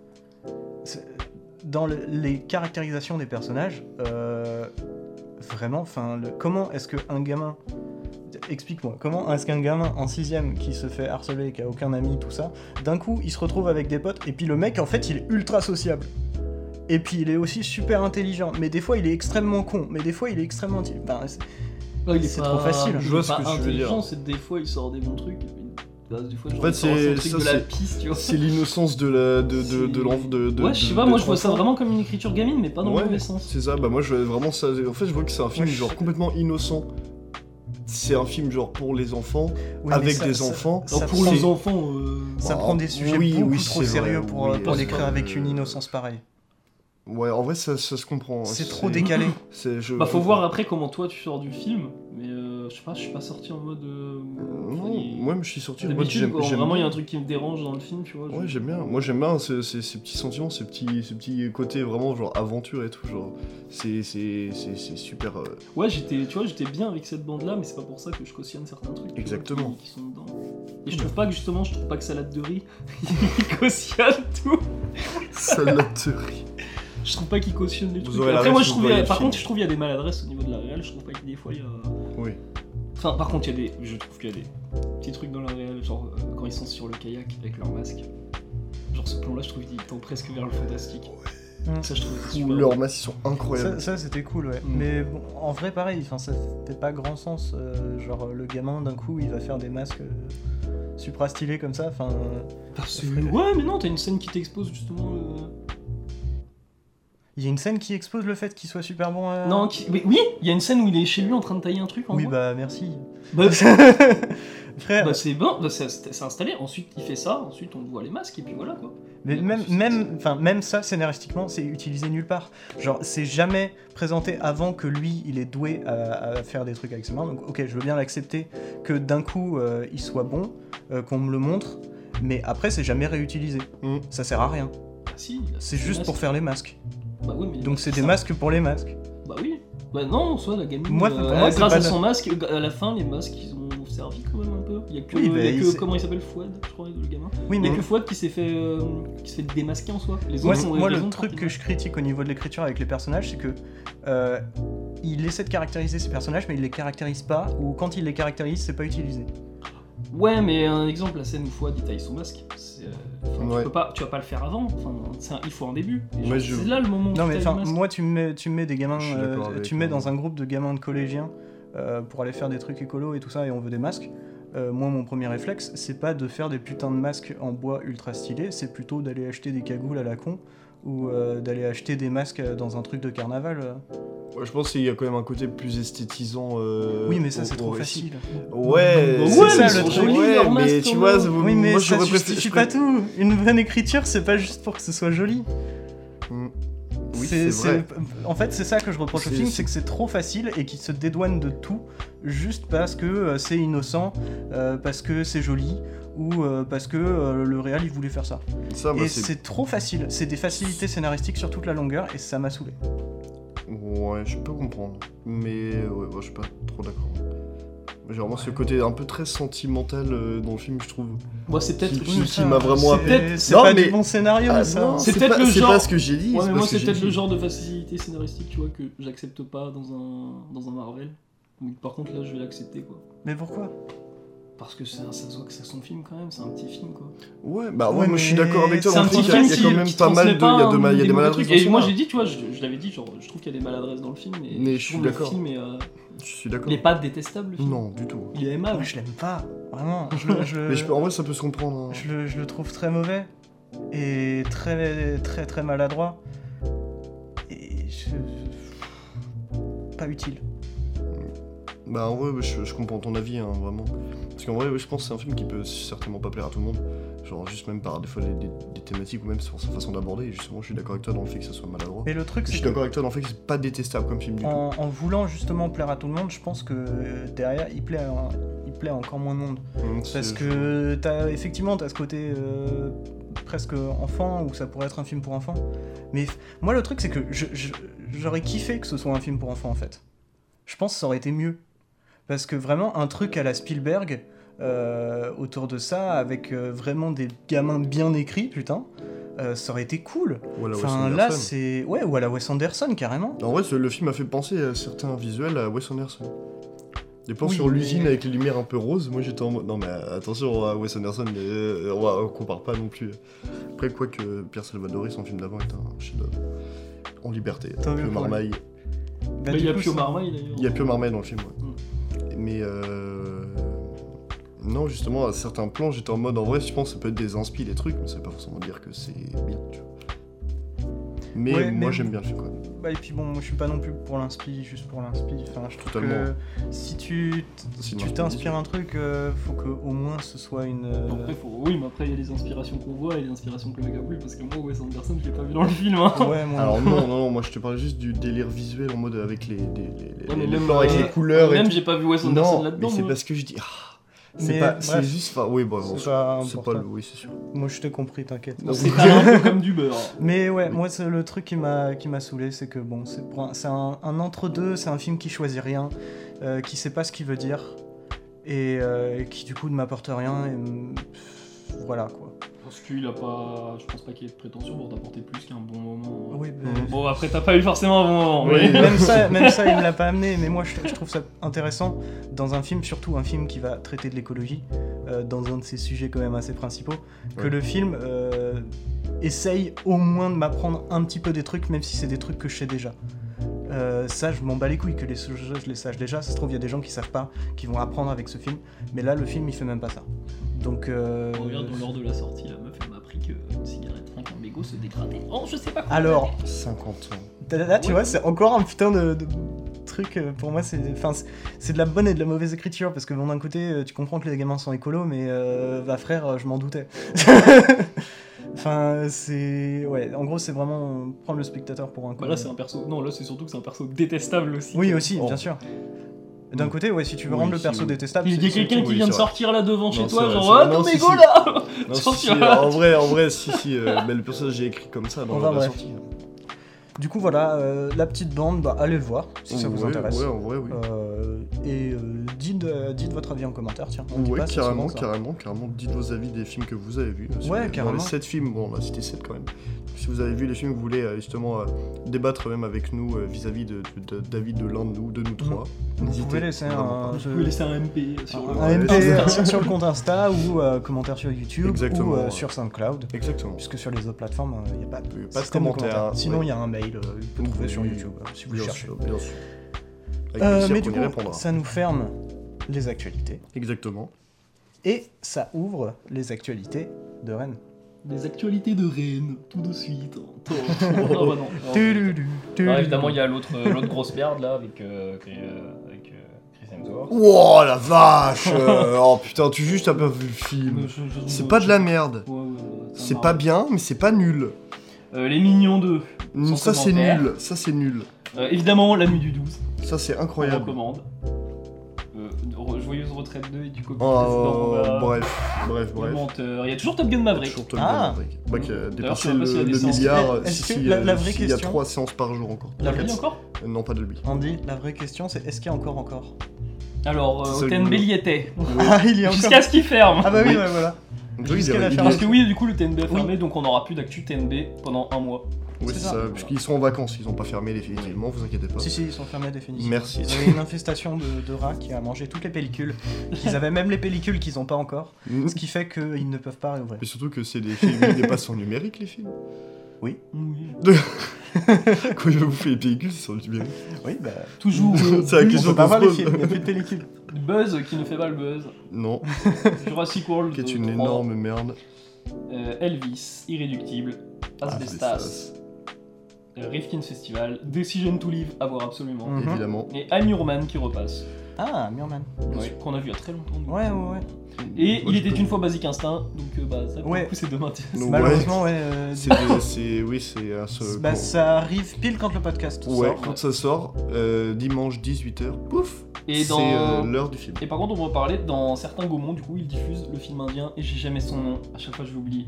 Dans les caractérisations des personnages, vraiment, enfin, comment est-ce qu'un gamin... Explique-moi, comment est-ce qu'un gamin en 6ème qui se fait harceler, qui a aucun ami, tout ça, d'un coup il se retrouve avec des potes, et puis le mec en fait il est ultra sociable. Et puis il est aussi super intelligent, mais des fois il est extrêmement con, mais des fois il est extrêmement... Ouais, il est c'est pas- trop facile. il Je est vois ce pas que tu veux intelligent, dire. c'est des fois il sort des bons trucs. Et puis, bah, des fois, genre, En fait, il sort un truc ça, de la c'est- piste, tu vois. C'est l'innocence de l'enfant. Ouais, je sais pas, moi je vois ça vraiment comme une écriture gamine, mais pas dans le mauvais sens. C'est ça, bah moi je vois vraiment ça. En fait, je vois que c'est un film Ouais, genre complètement innocent. C'est un film genre pour les enfants, Ouais, mais avec ça- des ça- enfants. ça Alors pour prend- les enfants, Ça Bah, prend des sujets oui, beaucoup oui, trop c'est sérieux vrai, pour, oui, pour parce l'écrire que- avec une innocence pareille. Ouais, en vrai ça se comprend. C'est trop décalé. bah faut voir après comment toi tu sors du film, mais je sais pas, je suis pas sorti en mode. Non, moi je suis sorti. Moi D'habitude, j'aime quand vraiment il y a bien. un truc qui me dérange dans le film, tu vois. Ouais, j'aime bien. Moi j'aime bien ces petits sentiments, ces petits côtés vraiment genre aventure et tout. Genre, c'est super. Ouais, j'étais bien avec cette bande là, mais c'est pas pour ça que je cautionne certains trucs. tu vois, Exactement. qui sont dedans. Et je trouve pas que Salade de riz, il cautionne tout. Salade de riz. Je trouve pas qu'il cautionne les Vous trucs. aurez la Après, moi, ref je si trouve, vous voyez le par film. contre, je trouve qu'il y a des maladresses au niveau de la réal. Je trouve pas que des fois il y a. Oui. Enfin, par contre, je trouve qu'il y a des petits trucs dans la réal, genre quand ils sont sur le kayak avec leur masque. Genre ce plan-là, je trouve qu'il tend presque vers le fantastique. Mm. Ça, je trouve ça Ou super. leurs masses ils sont incroyables. Ça c'était cool, ouais. Mm. Mais bon, en vrai, pareil, ça fait pas grand sens. Genre, le gamin, d'un coup, il va faire des masques supra stylés comme ça. Enfin, Ouais, mais non, t'as une scène qui t'expose justement. il y a une scène qui expose le fait qu'il soit super bon à... Non, mais oui, il y a une scène où il est chez lui en train de tailler un truc en Oui, bois. bah merci. Bah, Frère, bah, c'est bon, bah, c'est installé. Ensuite, il fait ça. Ensuite, on voit les masques et puis voilà quoi. mais il y a même ça, scénaristiquement, c'est utilisé nulle part. Genre, c'est jamais présenté avant que lui, il est doué à faire des trucs avec ses mains. Donc, ok, je veux bien l'accepter que d'un coup, il soit bon, qu'on me le montre, mais après, c'est jamais réutilisé. Mm. Ça sert à rien. Ah, si, C'est juste pour faire les masques. Bah oui, mais Donc, c'est des ça. masques pour les masques. Bah oui. Bah non, soit la gamine. Moi, pour moi, c'est grâce pas à de- son masque, à la fin, les masques, ils ont servi quand même un peu. Il y a que, Oui, bah, il y a il que s'est- comment il s'appelle, Fouad, je crois, le gamin. Oui, Il y mais a que Fouad qui s'est fait démasquer en soi. Les moi, autres ont moi, raison le de truc porter que je critique au niveau de l'écriture avec les personnages, c'est que il essaie de caractériser ses personnages, mais il les caractérise pas, ou quand il les caractérise, c'est pas utilisé. Ouais, mais un exemple, la scène où Fouad il taille son masque, Ouais. tu vas pas le faire avant, il faut un début. Et genre, Ouais, c'est là le moment où Non tu mais tailles le masque. moi tu me mets des gamins, Je suis d'accord avec tu me mets toi. dans un groupe de gamins de collégiens pour aller faire des trucs écolos et tout ça et on veut des masques. Moi mon premier réflexe c'est pas de faire des putains de masques en bois ultra stylés, c'est plutôt d'aller acheter des cagoules à la con ou d'aller acheter des masques dans un truc de carnaval. Ouais, je pense qu'il y a quand même un côté plus esthétisant. Oui mais ça au- c'est au trop récit. facile. Ouais, Ouais, c'est ça, mais le ils sont truc. jolis, Ouais, leurs mais masques, tu quand vois, même. Oui mais moi ça j'aurais justifie pas tout. Une bonne écriture c'est pas juste pour que ce soit joli. Oui, c'est vrai. En fait, c'est ça que je reproche au C'est- film, c'est- c'est que c'est trop facile et qu'il se dédouane de tout juste parce que c'est innocent, parce que c'est joli ou parce que le réal il voulait faire ça. Ça, moi, Et c'est trop facile, c'est des facilités scénaristiques sur toute la longueur et ça m'a saoulé. Ouais, je peux comprendre. Mais ouais, moi, je suis pas trop d'accord. J'ai vraiment ce côté un peu très sentimental dans le film, je trouve. Moi, c'est peut-être. Qui m'a vraiment appelé. C'est Non, pas mais- du bon scénario Ah, ça. non, C'est c'est peut-être pas, le c'est genre- pas ce que j'ai dit. Ouais, c'est mais pas moi, ce que c'est j'ai peut-être le dit. genre de facilité scénaristique, tu vois, que j'accepte pas dans un Marvel. Mais par contre, là, je vais l'accepter, quoi. Mais pourquoi? Parce que ça se voit que c'est son film quand même, c'est un petit film, quoi. Ouais, bah Ouais, moi je suis mais d'accord avec toi. c'est Dans un le petit film, il y a film quand même pas mal de. Il y a des maladresses. Et dans moi, ce j'ai film. dit, tu vois, je l'avais dit, genre, je trouve qu'il y a des maladresses dans le film. Mais je je suis trouve le d'accord. film Je suis d'accord. il est pas détestable, le film. Non, du tout. Il est aimable. Moi je l'aime pas, vraiment. Mais en vrai, ça peut se comprendre. hein. Je le trouve très mauvais et très très très maladroit et pas utile. Bah en vrai, je comprends ton avis, hein, vraiment. Parce qu'en vrai, je pense que c'est un film qui peut certainement pas plaire à tout le monde. Genre juste même par des fois des thématiques ou même sur sa façon d'aborder. Et justement, je suis d'accord avec toi dans le fait que ça soit maladroit. Mais le truc Je c'est suis que d'accord avec toi dans le fait que c'est pas détestable comme film du tout. en voulant justement plaire à tout le monde, je pense que derrière il plaît à encore moins de monde. Parce que effectivement t'as ce côté presque enfant où ça pourrait être un film pour enfants. Mais moi le truc c'est que j'aurais kiffé que ce soit un film pour enfants en fait. Je pense que ça aurait été mieux. Parce que vraiment un truc à la Spielberg autour de ça avec vraiment des gamins bien écrits, putain, ça aurait été cool. Ou à la Wes Enfin là Anderson. c'est... Ouais, ou à la Wes Anderson carrément. En vrai, le film m'a fait penser à certains visuels à Wes Anderson. Des plans Oui, sur l'usine mais- avec les lumières un peu roses, moi j'étais en mode... Non mais attention à Wes Anderson, mais on compare pas non plus. Après, quoique Pierre Salvadori, son film d'avant est un chef-d'œuvre. En liberté. Tant mieux Pio pour lui. Marmaille. Bah, Mais il du y a coup, Pio ça- Marmaille d'ailleurs. Il y a Pio Marmaille dans le film, ouais. Mais non, justement, à certains plans, j'étais en mode, en vrai, je pense que ça peut être des inspi, des trucs, mais ça veut pas forcément dire que c'est bien, tu vois. Mais Ouais, moi, mais- j'aime bien le film, quoi. Bah, et puis bon, moi je suis pas non plus pour l'inspi, juste pour l'inspi. Enfin, je trouve Totalement. que si tu C'est une t'inspires un truc, faut que au moins ce soit une. Après, oui, mais après, il y a les inspirations qu'on voit et les inspirations que le mec a voulu, parce que moi, Wes Anderson, je l'ai pas vu dans le film. Hein. Ouais, moi. Alors non, moi je te parlais juste du délire visuel en mode avec les mais les même, plans avec les couleurs et Même, tout. j'ai pas vu Wes Anderson Non, là-dedans. mais c'est moi. parce que je dis... Mais, c'est bref, juste... Enfin, oui, bon, c'est pas c'est important. pas le... Oui, c'est sûr. Moi je t'ai compris, t'inquiète. Non, c'est un peu comme du beurre. Mais ouais, Oui. moi c'est le truc qui m'a saoulé, c'est que bon, c'est un entre-deux, c'est un film qui choisit rien, qui sait pas ce qu'il veut dire, et qui du coup ne m'apporte rien, et voilà quoi. Parce qu'il a pas. Je pense pas qu'il ait de prétention pour t'apporter plus qu'un bon moment. Oui, Bon, après, t'as pas eu forcément un bon moment. Oui. mais- même ça, il me l'a pas amené, mais moi je trouve ça intéressant dans un film, surtout un film qui va traiter de l'écologie, dans un de ses sujets quand même assez principaux, que Ouais. le film essaye au moins de m'apprendre un petit peu des trucs, même si c'est des trucs que je sais déjà. Ça, je m'en bats les couilles que je les sache déjà. Ça se trouve, il y a des gens qui savent pas, qui vont apprendre avec ce film, mais là, le film, il fait même pas ça. Donc, Regarde, lors de la sortie, la meuf, elle m'a appris qu'une cigarette rien qu'un mégot se dégradait. Oh, je sais pas quoi. alors, 50 ans. là, tu Ouais. vois, c'est encore un putain de truc. Pour moi, c'est de la bonne et de la mauvaise écriture, parce que bon, d'un côté, tu comprends que les gamins sont écolos, mais bah frère, je m'en doutais. Enfin, c'est... Ouais, en gros, c'est vraiment prendre le spectateur pour un con. Bah là, c'est un perso. Non, là, c'est surtout que c'est un perso détestable aussi. Oui, aussi, Oh. bien sûr. D'un Mm. côté, ouais, si tu veux Oui, rendre le si, perso oui. détestable... Il y a c'est- quelqu'un oui, qui vient de c'est vrai. sortir là devant chez Non, toi, c'est genre, vrai, ah, non, ton si, mégot si. là Non, Genre, si, tu si, vois. en vrai, si, mais le personnage j'ai écrit comme ça dans Enfin, la bref. sortie. Du coup, voilà, la petite bande, bah, allez le voir, si ça vous Ouais, intéresse. Ouais, en vrai, oui. Et dites votre avis en commentaire, tiens. On dit Ouais, pas ça carrément, souvent, ça. carrément. Dites vos avis des films que vous avez vus. Sur Ouais, les- carrément. Dans les 7 films, bon, on a cité 7 quand même. Si vous avez vu les films, vous voulez justement débattre même avec nous vis-à-vis d'avis de l'un de nous trois, Vous n'hésitez pouvez laisser vraiment pas. Vous pouvez laisser un MP sur le... un MP Insta. sur le compte Insta ou commentaire sur YouTube Exactement, ou ouais. sur SoundCloud. Exactement. Puisque sur les autres plateformes, il n'y a pas de, Pas de système commentaires, Sinon, ouais. il y a un mail, vous pouvez trouver sur Oui, YouTube si vous le Bien cherchez. sûr, bien sûr. Avec plaisir Mais qu'on du y coup, répondra. ça nous ferme les actualités Exactement. et ça ouvre les actualités de Rennes. Des actualités de Rennes, tout de suite. Ah bah non. Non, évidemment, il y a l'autre grosse merde là avec Chris Hemsworth. Wow, la vache oh putain, tu juste t'as pas vu le film. C'est pas de la merde. C'est pas bien, mais c'est pas nul. Les Mignons 2. Sans Ça c'est commentaire. nul, ça c'est nul. Évidemment, La Nuit du 12. Ça c'est On incroyable. recommande. Joyeuse retraite 2 et du coup. Oh, bref. Le menteur. Il y a toujours Top Gun Maverick. Toujours Top Ah. Gun Maverick. Bah, qui a D'ailleurs, dépassé je sais pas s'il y a le des séances. milliard. Est-ce que la vraie il y a question- 3 séances par jour encore. La vie encore Non, pas Dolby. Andy, la vraie question c'est est-ce qu'il y a encore Alors, C'est ça, au le TNB, boulot. il y était. Ah, il y a encore. Jusqu'à ce qu'il ferme. Ah bah oui, Oui. ouais, voilà. Jusqu'à la il fin. Parce est- que oui, du coup, le TNB a fermé, donc on n'aura plus d'actu TNB pendant un mois. Oui, C'est c'est ça. ça, puisqu'ils sont en vacances, ils ont pas fermé définitivement, vous inquiétez pas. Si, ils sont fermés définitivement. Merci. Il y avait une infestation de rats qui a mangé toutes les pellicules. Ils avaient même les pellicules qu'ils n'ont pas encore. Mm. Ce qui fait qu'ils ne peuvent pas réouvrir. Mais surtout que c'est des films, ils dépassent en numérique les films. Oui. Quand ils veulent bouffer les pellicules, c'est sur le numérique. Oui, bah. Toujours C'est la on question peut pas qu'on se voir les pose. films, il n'y a plus de pellicules. Buzz qui ne fait pas le buzz. Non, Jurassic World qui est 3. une énorme merde. Elvis, Irréductible. Asbestas. Rifkin's Festival. Decision to Live, à voir absolument. Mhm. Évidemment. Et I'm Your Man qui repasse. Ah, Murman. Ouais, qu'on a vu il y a très longtemps. nous. Ouais. Et Moi, il j'ai était pas une vu. fois Basic Instinct, donc bah ça pour Ouais. le coup c'est demain. Donc, Malheureusement, ouais. C'est un seul. Bah, ça arrive pile quand le podcast Ouais, sort. quand ça sort, dimanche 18h, pouf, Et c'est dans... l'heure du film. Et par contre on va parler dans certains Gaumont, du coup ils diffusent le film indien et j'ai jamais son nom, à chaque fois je l'oublie.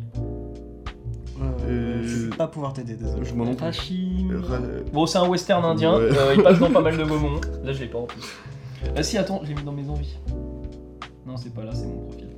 Je vais pas pouvoir t'aider, désolé. Je m'en non plus. Rachim. Ra- Bon c'est un western indien, Ouais. il passe dans pas mal de Gaumont. Là je l'ai pas en plus. Ah si attends, je l'ai mis dans mes envies. Non c'est pas là, c'est mon profil.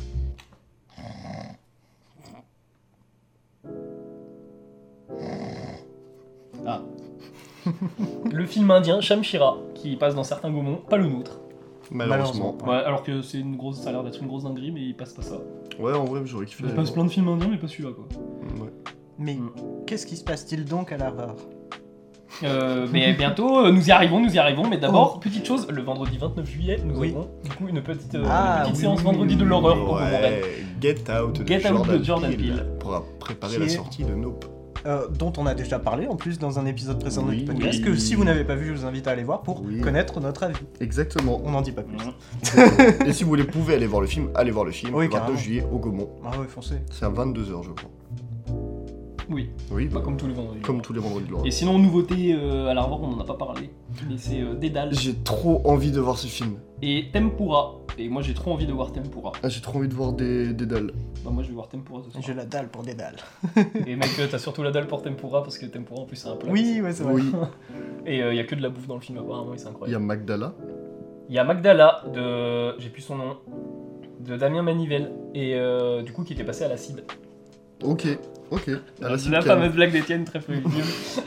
Ah. Le film indien Shamshira qui passe dans certains Gaumont, pas le nôtre. Malheureusement. Ouais. Ouais, alors que c'est une grosse, ça a l'air d'être une grosse dinguerie, mais il passe pas ça. Ouais, en vrai, j'aurais kiffé. Il aller passe voir. plein de films indiens, mais pas celui-là quoi. Ouais. Mais Mm. qu'est-ce qui se passe-t-il donc à l'Harvard Mais bientôt, nous y arrivons, mais d'abord, petite chose, le vendredi 29 juillet, nous Oui. avons du coup une petite, Ah, une petite oui, séance oui, vendredi de l'horreur au Gaumont Rennes. Ouais, Get Out Get Out de Jordan Peele Peele. pour préparer Qui la est- sortie de Nope. dont on a déjà parlé en plus dans un épisode précédent Oui, du podcast, oui. que si vous n'avez pas vu, je vous invite à aller voir pour Oui. connaître notre avis. Exactement. On n'en dit pas plus. Mhm. Et si vous pouvez aller voir le film, allez voir le film. Oui, le 29 carrément. juillet au Gaumont. Ah ouais, foncez. C'est à 22h, je crois. Oui, Oui, pas bah, comme tous les vendredis. comme tous les vendredis de l'horreur. Et sinon, nouveauté à l'Arvor, on en a pas parlé, mais c'est Dédale J'ai trop envie de voir ce film. et Tempura. Et moi j'ai trop envie de voir Tempura. Ah, j'ai trop envie de voir des dalles. Bah moi je vais voir Tempura ce soir. J'ai la dalle pour des dalles. Et mec, t'as surtout la dalle pour Tempura parce que Tempura en plus c'est un plat. Oui, ouais, c'est vrai. Oui, Et il y a que de la bouffe dans le film apparemment, et c'est il y incroyable. a Magdala. Il y a Magdala de. J'ai plus son nom. De Damien Manivelle. Et du coup qui était passé à l'acide. Ok. À la La fameuse blague d'Étienne très prévisible.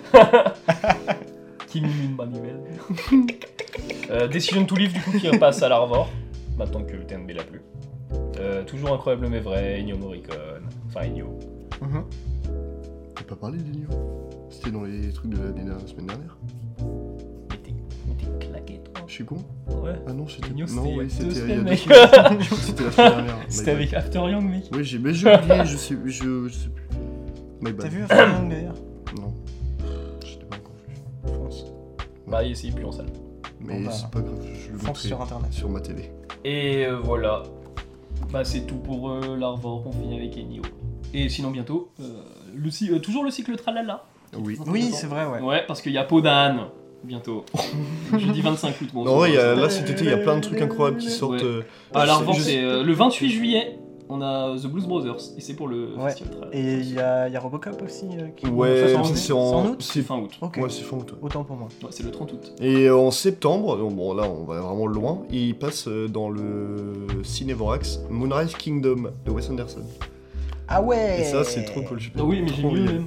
Qui mime Manivelle. Decision to Live du coup qui repasse à l'Arvor. Maintenant que le TNB l'a plus. Toujours incroyable mais vrai, Ennio Morricone. Enfin Ennio. Mhm. T'as pas parlé des livres? C'était dans les trucs de la semaine dernière. Mais t'es claqué toi. Je suis con? Ouais. Ah non, c'était. Ennio, Non, oui, c'était il y a 2 c'était il y a semaines, 2 mec. semaines. C'était la semaine dernière. C'était My bad. avec After Young mec. Oui, mais j'ai oublié, je sais plus. My bad. T'as vu un film d'ailleurs Non. Je l'ai pas encore vu. Fonce. Bah il est plus en salle. Mais Bon, bah, c'est pas grave, je le Fonce mettrai sur internet. sur ma télé. Et voilà. Bah c'est tout pour l'Arvor, on finit avec Ennio. Et sinon bientôt, toujours le cycle Tralala. Oui. Oui, c'est vrai, ouais. Ouais, parce qu'il y a Podane bientôt. Jeudi 25 août. Bon, Non, ouais, c'est- là cet été, il y a plein de trucs incroyables qui sortent. Ouais. À l'Arvor, je- c'est le 28 juillet. On a The Blues Brothers et c'est pour le Ouais. festival Tralala. Et il y a Robocop aussi qui Ouais, ça, mais c'est en août. C'est fin août. Ok, Ouais, c'est fin août. autant pour moi. Ouais, c'est le 30 août. Et en septembre, donc bon là on va vraiment loin, il passe dans le Cinévorax Moonrise Kingdom de Wes Anderson. Ah ouais Et ça c'est trop cool. Ah oui, mais j'ai trop mieux envie. même.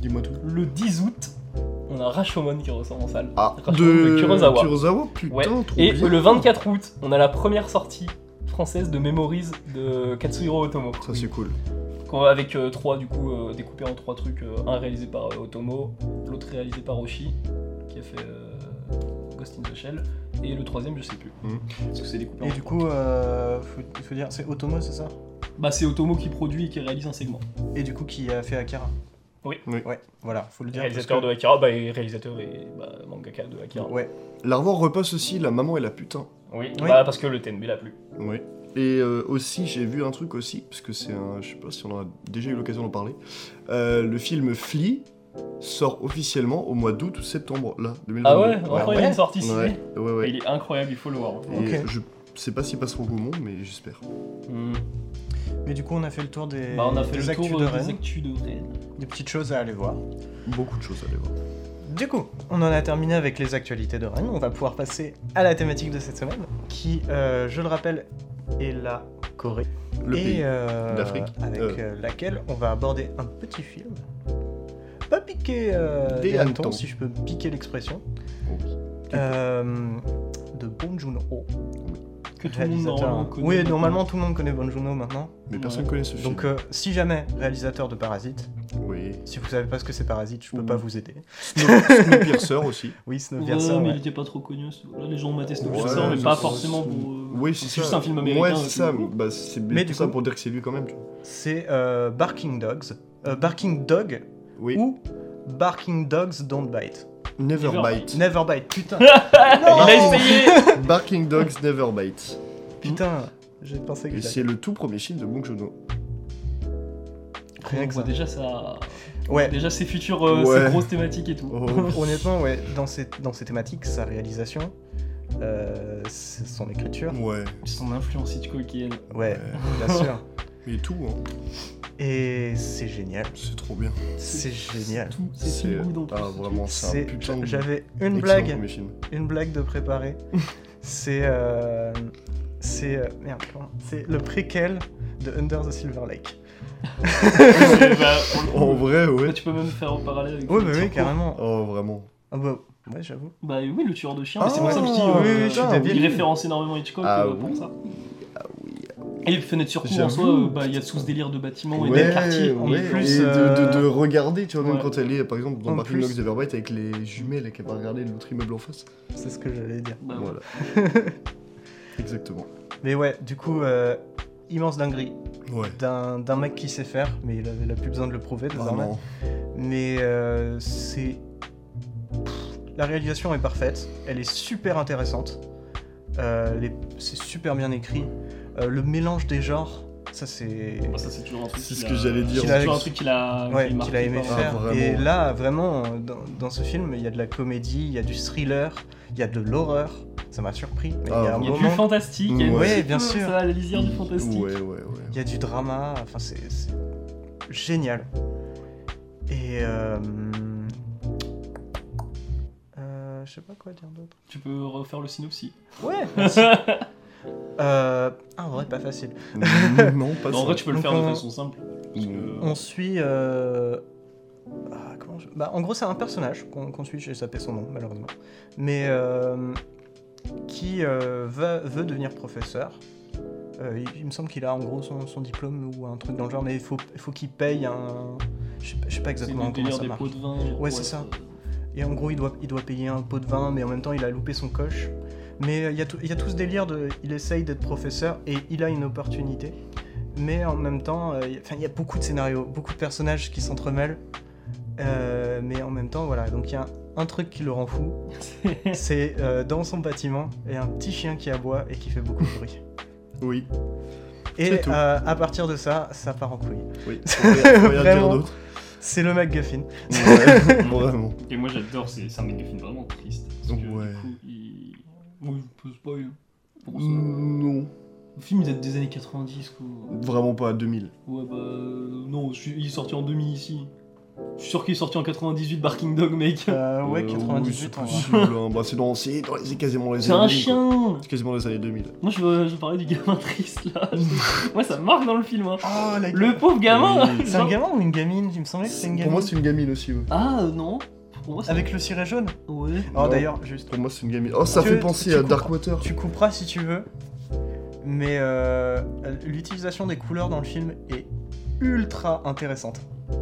Dis-moi tout. Le 10 août, on a Rashomon qui ressort en salle. Ah, Rashomon de Kurosawa. Kurosawa, putain, Ouais. trop Et bien. le 24 août, on a la première sortie française de Memories de Katsuhiro Otomo. Ça, c'est cool. Avec 3 du coup découpés en 3 trucs, un réalisé par Otomo, l'autre réalisé par Oshi qui a fait Ghost in the Shell, et le troisième je sais plus, parce que c'est découpé en Et du 3. coup, faut dire, c'est Otomo, c'est ça? Bah c'est Otomo qui produit et qui réalise un segment. Et du coup, qui a fait Akira? Oui. Ouais, voilà, faut le dire. Réalisateur de Akira, bah et réalisateur et mangaka de Akira. Ouais. L'arbre repasse aussi, la maman et la putain. Oui, Oui. bah parce que le TNB l'a plu. Oui. Et aussi, j'ai vu un truc aussi, parce que c'est un... Je sais pas si on a déjà eu l'occasion d'en parler. Le film Flea sort officiellement au mois d'août ou septembre, là, 2022. Ah ouais, enfin il y a une sortie ici. Ouais. Il est incroyable, il faut le voir. Et Ok. je sais pas s'il passera au Gaumont, mais j'espère. Mais du coup, on a fait le tour des, Bah on a fait des le actus tour de des Rennes. actus de Rennes. Des petites choses à aller voir. Beaucoup de choses à aller voir. Du coup, on en a terminé avec les actualités de Rennes. On va pouvoir passer à la thématique de cette semaine, qui, je le rappelle, est la Corée. Le et pays. d'Afrique, avec laquelle on va aborder un petit film. Pas piquer des hannetons, si je peux piquer l'expression. De Bong Joon-ho. Que tout le monde normalement connaît. Oui, normalement tout le monde connaît Bong Joon-ho maintenant. Mais personne connaît ce film. Donc si jamais réalisateur de Parasite, Oui. si vous savez pas ce que c'est Parasite, je peux pas vous aider. Snowpiercer aussi. Oui, Ouais, Snowpiercer. mais ouais. il était pas trop connu. Là, les gens ont maté Snowpiercer, Ouais, mais c'est pas ça, forcément pour. Oui, c'est juste un film américain. Ouais, c'est ça. Bah, c'est Mais bien du tout ça coup- pour dire que c'est lui quand même. Tu vois. C'est Barking Dogs. Barking Dog Oui. ou Barking Dogs Don't Bite. Never Never Bite. Never Bite, putain. Il a essayé. Barking Dogs Never Bite. Putain, j'ai pensé que Et c'est le tout premier film de Bong Joon-ho. Rien On que voit ça. déjà ça. Ouais. Déjà ses futures, Ouais. ses grosses thématiques et tout. Oh. Honnêtement, ouais, dans ces thématiques, sa réalisation, son écriture, Ouais. Son influence Hitchcockienne. ouais, bien sûr. Mais tout, hein. Et c'est génial, C'est trop bien. c'est génial. Tout, c'est feel good en plus. Ah, vraiment, c'est un putain de. J'avais excellent premier film. une blague de préparer. C'est merde, comment c'est le préquel de Under the Silver Lake. Bah, En vrai, ouais. tu peux même faire en parallèle avec. Ouais, le bah oui, Turco. carrément. Oh, vraiment. Ah bah, ouais, j'avoue. Bah oui, le tueur de chiens. Ah, mais c'est pour ça que je dis. oui, oui, je suis putain, débile. Il référence énormément Hitchcock Ah pour oui. ça. Ah oui. Et Fenêtre sur cour en J'avoue. soi, bah il y a tout ce délire de bâtiments et Ouais, des quartiers. en Et ouais, plus, et de regarder, tu vois, même ouais. quand elle est, par exemple, dans En Barking plus- Dogs Never Bite avec les jumelles qu'elle va regarder l'autre immeuble en face. C'est ce que j'allais dire. bah, ouais. Voilà. Exactement. Mais ouais, du coup, immense dinguerie Ouais. d'un mec qui sait faire, mais il a plus besoin de le prouver désormais. Vraiment. Mais c'est. La réalisation est parfaite, elle est super intéressante, c'est super bien écrit. Le mélange des genres, ça c'est. Bah, ça c'est toujours un truc. C'est qu'il ce que j'allais dire. C'est Qu'il a- toujours un truc qu'il a. Ouais, qui est qu'il a aimé marqué par- faire. vraiment. Et là, vraiment, dans ce film, il y a de la comédie, il y a du thriller, il y a de l'horreur. Ça m'a surpris. Mais il y a un Il y a du moment, fantastique. il y a Ouais, un petit bien peu, sûr. Ça a la lisière du fantastique. Ouais. il y a du drama. Enfin, c'est génial. Et je sais pas quoi dire d'autre. Tu peux refaire le synopsis. Ouais. Merci. En vrai, pas facile. Non, pas Non, ça. en vrai, tu peux le Donc, faire de on- façon simple. Parce que- On suit. En gros, c'est un personnage qu'on suit, j'ai zappé son nom, malheureusement. Mais qui veut devenir professeur. Il me semble qu'il a en gros son diplôme ou un truc dans le genre, mais il faut qu'il paye un. Je sais pas C'est exactement le comment délire ça des marche. pots de vin. Ouais, c'est ça. Et en gros, il doit payer un pot de vin, mais en même temps, il a loupé son coche. Mais il y a tout ce délire de. Il essaye d'être professeur et il a une opportunité. Mais en même temps, il y a beaucoup de scénarios, beaucoup de personnages qui s'entremêlent. Mais en même temps, voilà. Donc il y a un truc qui le rend fou. C'est dans son bâtiment, il y a un petit chien qui aboie et qui fait beaucoup de bruit. Oui. Et C'est tout. à partir de ça, ça part en couille. Oui. Faut rien dire Vraiment. d'autre. C'est le MacGuffin. Ouais, vraiment. Et moi j'adore, c'est un MacGuffin vraiment triste. Parce que, Ouais. du coup, il. Oui, je peux spoil. Pour ça. Non. Le film il date des années 90 quoi. Vraiment pas à 2000. Ouais bah non, il est sorti en 2000 ici. Je suis sûr qu'il est sorti en 98, Barking Dog, mec. Ouais, Oui, 98. c'est en vrai. possible, hein. Bah, c'est quasiment les C'est années un 2000, quoi. chien. C'est quasiment les années 2000. Moi, je parlais du gamin triste, là. Moi, ça me marque dans le film, hein. Oh, la Le pauvre gamin. Oui. C'est un gamin ou une gamine? Il me semblait que c'était une gamine. Pour moi, c'est une gamine aussi, ouais. Ah, non. Pour moi, c'est... Avec le ciré jaune. Ouais. Oh, Non. d'ailleurs, juste. Pour moi, c'est une gamine. Oh, ça Tu- fait penser tu à comprends- Darkwater. Tu couperas si tu veux, mais l'utilisation des couleurs dans le film est ultra intéressante.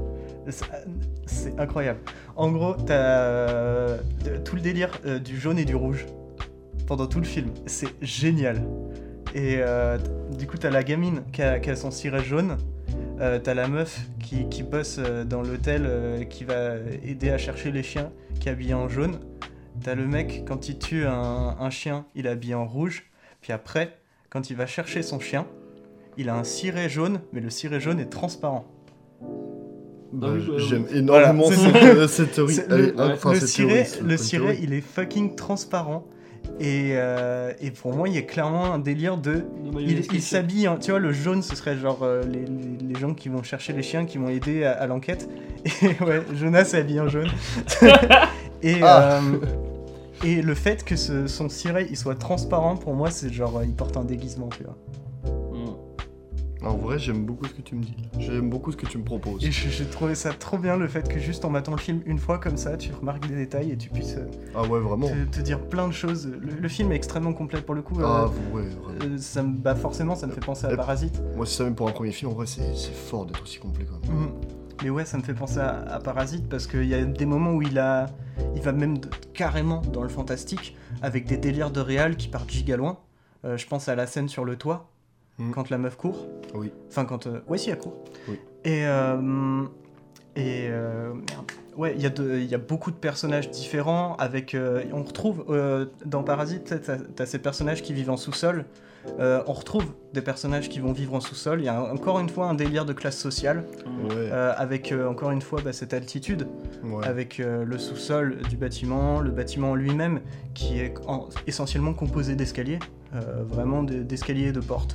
C'est incroyable. En gros, t'as tout le délire du jaune et du rouge pendant tout le film. C'est génial. Et du coup, t'as la gamine qui a son ciré jaune. T'as la meuf qui bosse dans l'hôtel qui va aider à chercher les chiens, qui est habillée en jaune. T'as le mec, quand il tue un chien, il est habillé en rouge. Puis après, quand il va chercher son chien, il a un ciré jaune, mais le ciré jaune est transparent. Bah, Ah oui, je- j'aime énormément Voilà, cette théorie. C'est- Elle est- le, enfin, le cette ciré, théorie, c'est le pas une ciré, théorie. il est fucking transparent. Et pour moi, il y a clairement un délire de... Il s'habille, hein, tu vois, le jaune, ce serait genre les gens qui vont chercher les chiens, qui vont aider à l'enquête. Et ouais, Jonas est habillé en jaune. Et, Ah. Et le fait que son ciré, il soit transparent, pour moi, c'est genre, il porte un déguisement, tu vois. En vrai, j'aime beaucoup ce que tu me dis. J'aime beaucoup ce que tu me proposes. Et j'ai trouvé ça trop bien, le fait que juste en matant le film une fois comme ça, tu remarques des détails et tu puisses Ah ouais, vraiment. te dire plein de choses. Le film est extrêmement complet pour le coup. Ah ouais, vraiment. Bah forcément, ça me fait penser à Et- Parasite. Moi, c'est ça, même pour un premier film, en vrai, c'est fort d'être aussi complet quand même. Mais ouais, ça me fait penser à Parasite parce qu'il y a des moments où il va même carrément dans le fantastique avec des délires de réal qui partent giga loin. Je pense à la scène sur le toit quand la meuf court. Oui. Enfin, quand. Ouais, si, elle court. Oui. Merde. Ouais, il y a beaucoup de personnages différents. On retrouve dans Parasite, t'as ces personnages qui vivent en sous-sol. On retrouve des personnages qui vont vivre en sous-sol. Il y a encore une fois un délire de classe sociale. Ouais. Avec encore une fois cette altitude. Ouais. Avec le sous-sol du bâtiment, le bâtiment lui-même qui est essentiellement composé d'escaliers. Vraiment d'escaliers et de portes.